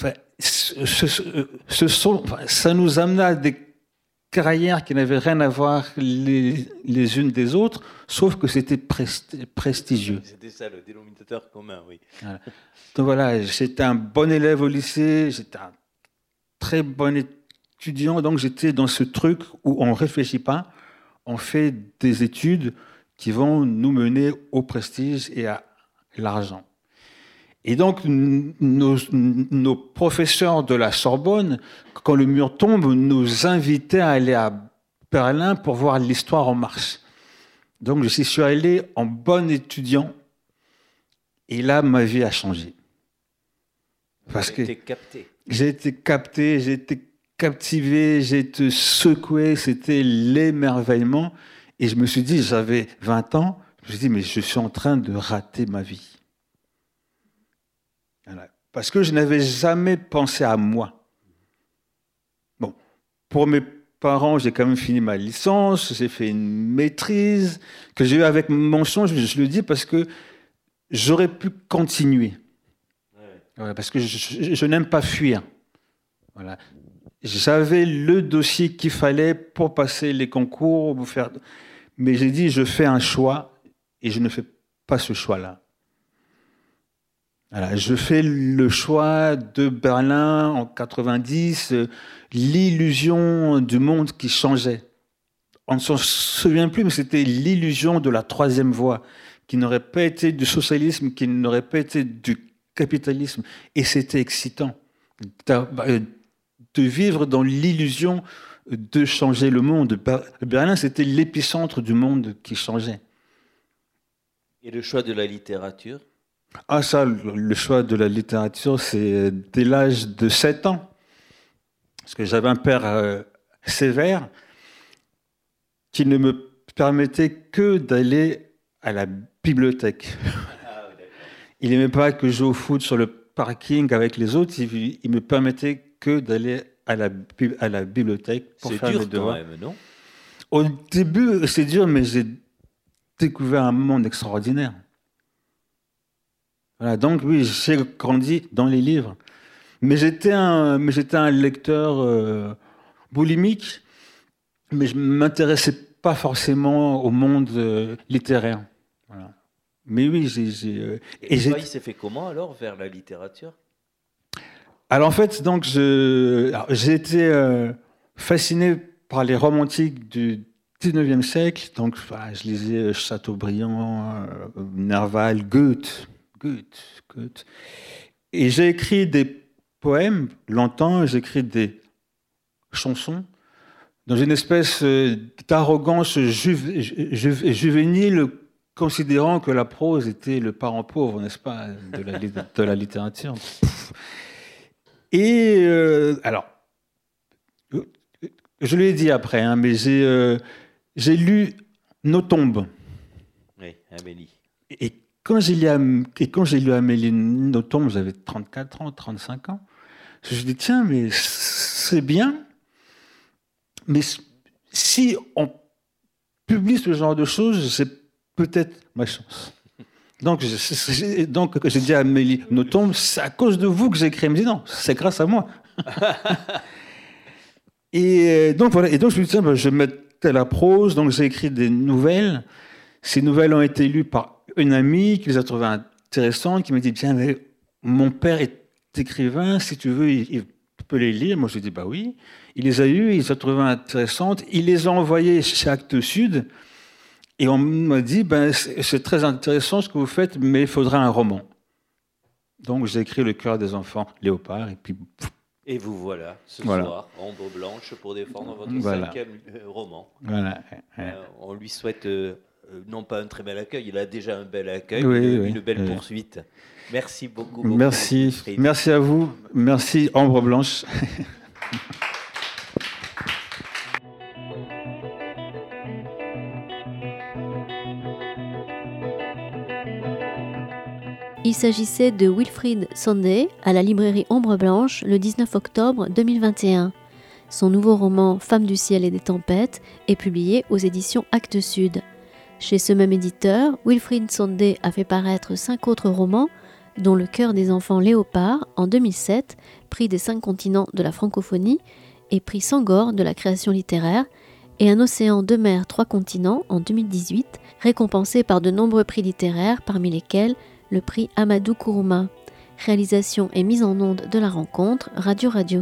ça nous amena à des carrières qui n'avaient rien à voir les unes des autres, sauf que c'était prestigieux. C'était ça le dénominateur commun, oui. Voilà. Donc voilà, j'étais un bon élève au lycée, j'étais un très bon étudiant, donc j'étais dans ce truc où on ne réfléchit pas, on fait des études qui vont nous mener au prestige et à l'argent. Et donc, nos professeurs de la Sorbonne, quand le mur tombe, nous invitaient à aller à Berlin pour voir l'histoire en marche. Donc, je suis allé en bon étudiant. Et là, ma vie a changé. Parce que j'ai été capté, j'ai été captivé, j'ai été secoué. C'était l'émerveillement. Et je me suis dit, j'avais 20 ans, je me suis dit, mais je suis en train de rater ma vie. Voilà. Parce que je n'avais jamais pensé à moi. Bon, pour mes parents, j'ai quand même fini ma licence, j'ai fait une maîtrise que j'ai eue avec mention, je le dis parce que j'aurais pu continuer. Voilà, parce que je n'aime pas fuir. Voilà. J'avais le dossier qu'il fallait pour passer les concours, pour faire... mais j'ai dit, je fais un choix et je ne fais pas ce choix-là. Voilà, je fais le choix de Berlin en 90, l'illusion du monde qui changeait. On ne s'en souvient plus, mais c'était l'illusion de la troisième voie, qui n'aurait pas été du socialisme, qui n'aurait pas été du capitalisme. Et c'était excitant de vivre dans l'illusion de changer le monde. Berlin, c'était l'épicentre du monde qui changeait. Et le choix de la littérature ? Ah ça, le choix de la littérature, c'est dès l'âge de 7 ans. Parce que j'avais un père sévère qui ne me permettait que d'aller à la bibliothèque. Ah, il n'aimait pas que je joue au foot sur le parking avec les autres, il me permettait que d'aller à la bibliothèque pour faire mes devoirs. C'est dur quand même, non ? Au début, c'est dur, mais j'ai découvert un monde extraordinaire. Voilà, donc oui, j'ai grandi dans les livres. Mais j'étais un lecteur boulimique, mais je ne m'intéressais pas forcément au monde littéraire. Voilà. Mais oui, Et toi, il s'est fait comment alors vers la littérature ? Alors en fait, donc, j'ai été fasciné par les romantiques du 19e siècle. Donc je lisais Chateaubriand, Nerval, Goethe. Et j'ai écrit des poèmes, longtemps, j'ai écrit des chansons, dans une espèce d'arrogance juvénile, considérant que la prose était le parent pauvre, n'est-ce pas, de la littérature. Et alors, je lui ai dit après, hein, mais j'ai lu Nos tombes. Oui, Amélie. Et quand j'ai lu Amélie Nothomb, j'avais 34 ans, 35 ans, je me suis dit, tiens, mais c'est bien, mais si on publie ce genre de choses, c'est peut-être ma chance. Donc j'ai dit à Amélie Nothomb, c'est à cause de vous que j'ai écrit. Elle me dit, non, c'est grâce à moi. Et donc voilà, et donc je me suis dit, tiens, je vais mettre la prose, donc j'ai écrit des nouvelles. Ces nouvelles ont été lues par une amie qui les a trouvées intéressantes, qui m'a dit, tiens, mais mon père est écrivain, si tu veux, il peut les lire. Moi, je lui ai dit, bah oui. Il les a eues, il les a trouvées intéressantes. Il les a envoyées chez Actes Sud. Et on m'a dit, ben, c'est très intéressant ce que vous faites, mais il faudra un roman. Donc, j'ai écrit Le cœur des enfants, Léopard, et puis... Et vous voilà, ce soir, Ombre blanche, pour défendre votre 5e roman. Voilà. On lui souhaite... non pas un très bel accueil, il a déjà un bel accueil, une belle poursuite. Merci beaucoup. Merci. Merci à vous. Merci Ombre Blanche. Il s'agissait de Wilfrid Sonday à la librairie Ombre Blanche le 19 octobre 2021. Son nouveau roman Femme du ciel et des tempêtes est publié aux éditions Actes Sud. Chez ce même éditeur, Wilfrid Sonday a fait paraître 5 autres romans, dont Le cœur des enfants léopards en 2007, prix des 5 continents de la francophonie et prix Sangor de la création littéraire, et Un océan, 2 mers, 3 continents en 2018, récompensé par de nombreux prix littéraires, parmi lesquels le prix Amadou Kourouma. Réalisation et mise en onde de la rencontre Radio Radio.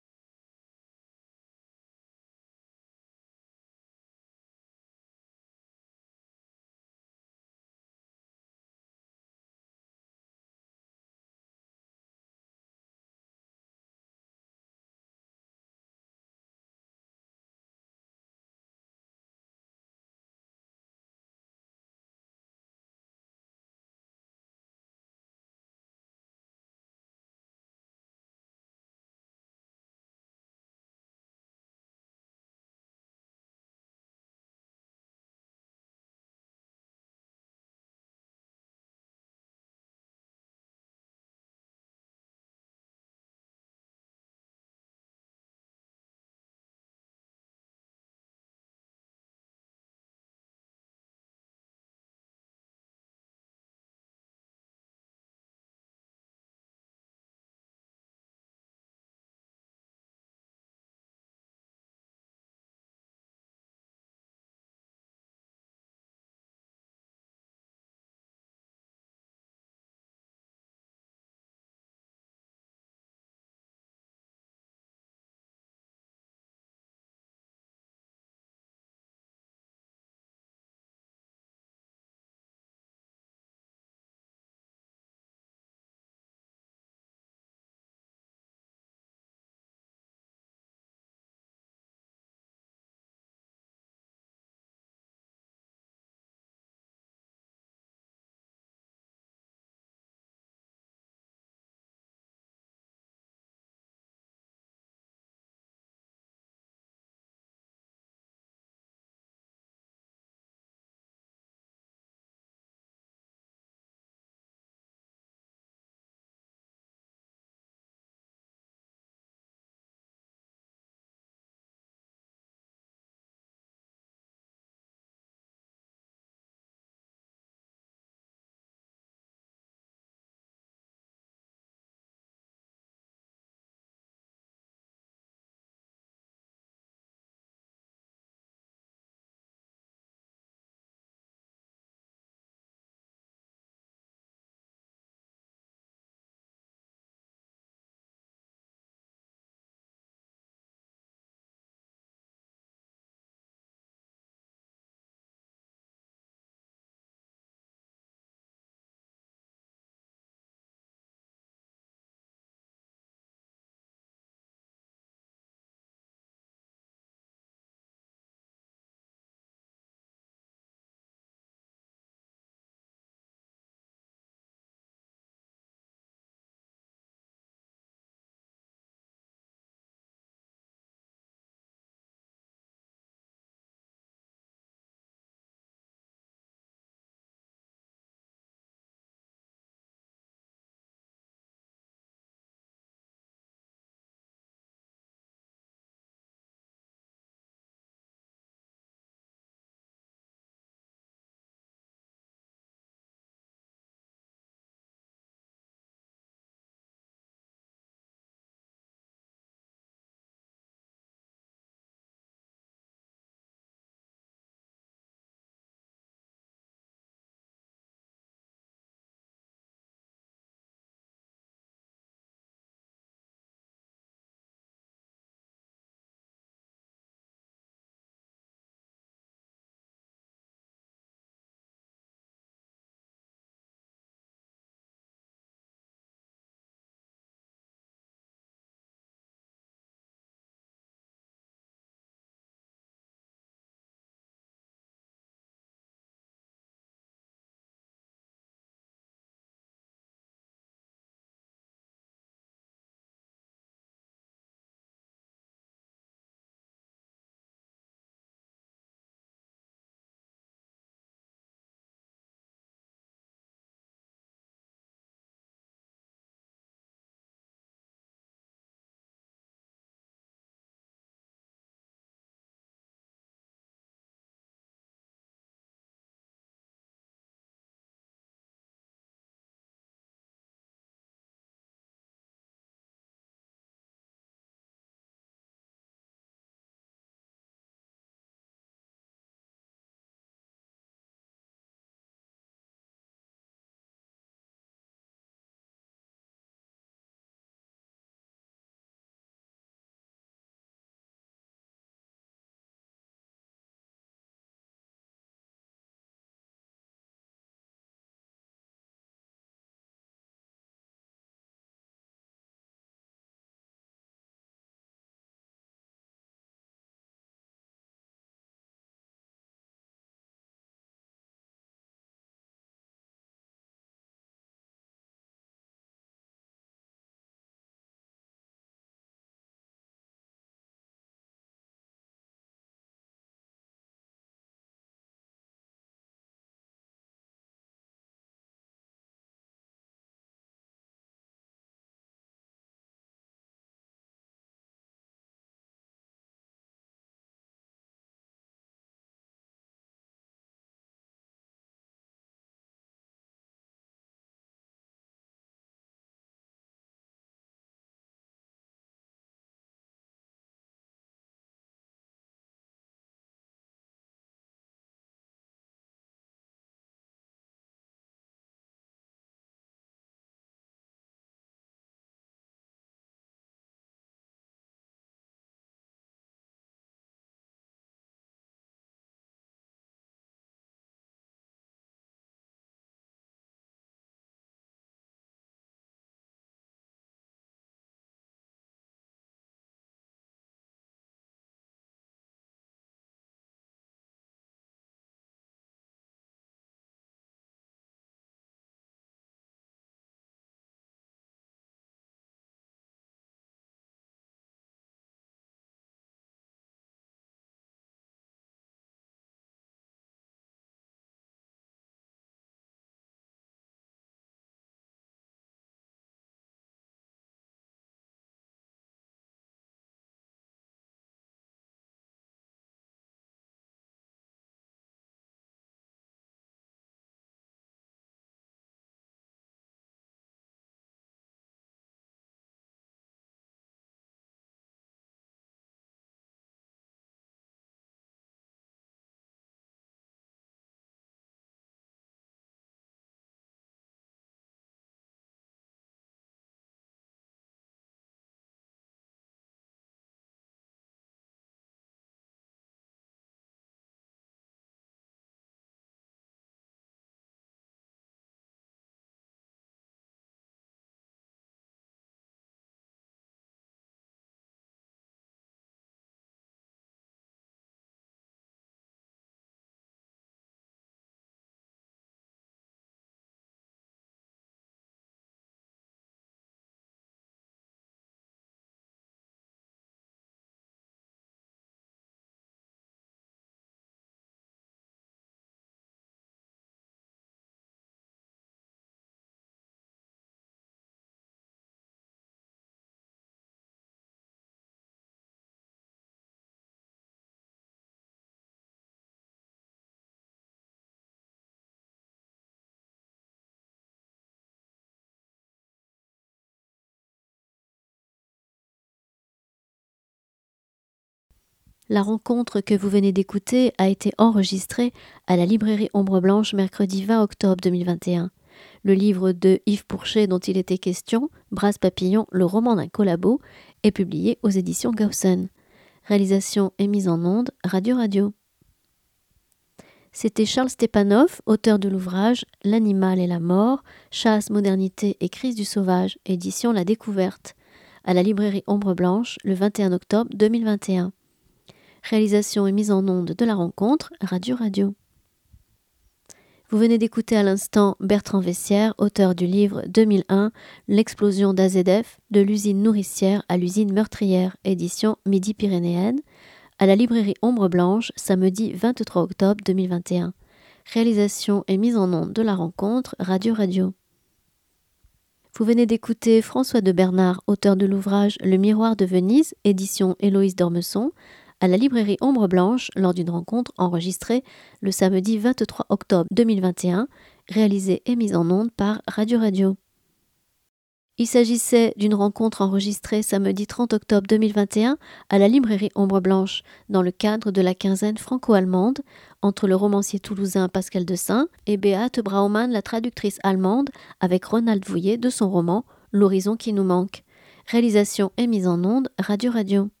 La rencontre que vous venez d'écouter a été enregistrée à la librairie Ombre Blanche mercredi 20 octobre 2021. Le livre de Yves Pourchet dont il était question, Brasse Papillon, le roman d'un collabo, est publié aux éditions Gaussen. Réalisation et mise en onde, Radio. C'était Charles Stepanov, auteur de l'ouvrage L'animal et la mort, chasse, modernité et crise du sauvage, édition La Découverte, à la librairie Ombre Blanche le 21 octobre 2021. Réalisation et mise en onde de la rencontre, Radio. Vous venez d'écouter à l'instant Bertrand Vessière, auteur du livre 2001, L'explosion d'AZF, de l'usine nourricière à l'usine meurtrière, édition Midi-Pyrénéenne, à la librairie Ombre Blanche, samedi 23 octobre 2021. Réalisation et mise en onde de la rencontre, Radio. Vous venez d'écouter François de Bernard, auteur de l'ouvrage Le miroir de Venise, édition Héloïse d'Ormesson, à la librairie Ombre Blanche lors d'une rencontre enregistrée le samedi 23 octobre 2021, réalisée et mise en onde par Radio. Il s'agissait d'une rencontre enregistrée samedi 30 octobre 2021 à la librairie Ombre Blanche dans le cadre de la quinzaine franco-allemande entre le romancier toulousain Pascal Dessein et Beate Braumann, la traductrice allemande, avec Ronald Vouillet de son roman L'horizon qui nous manque. Réalisation et mise en onde, Radio.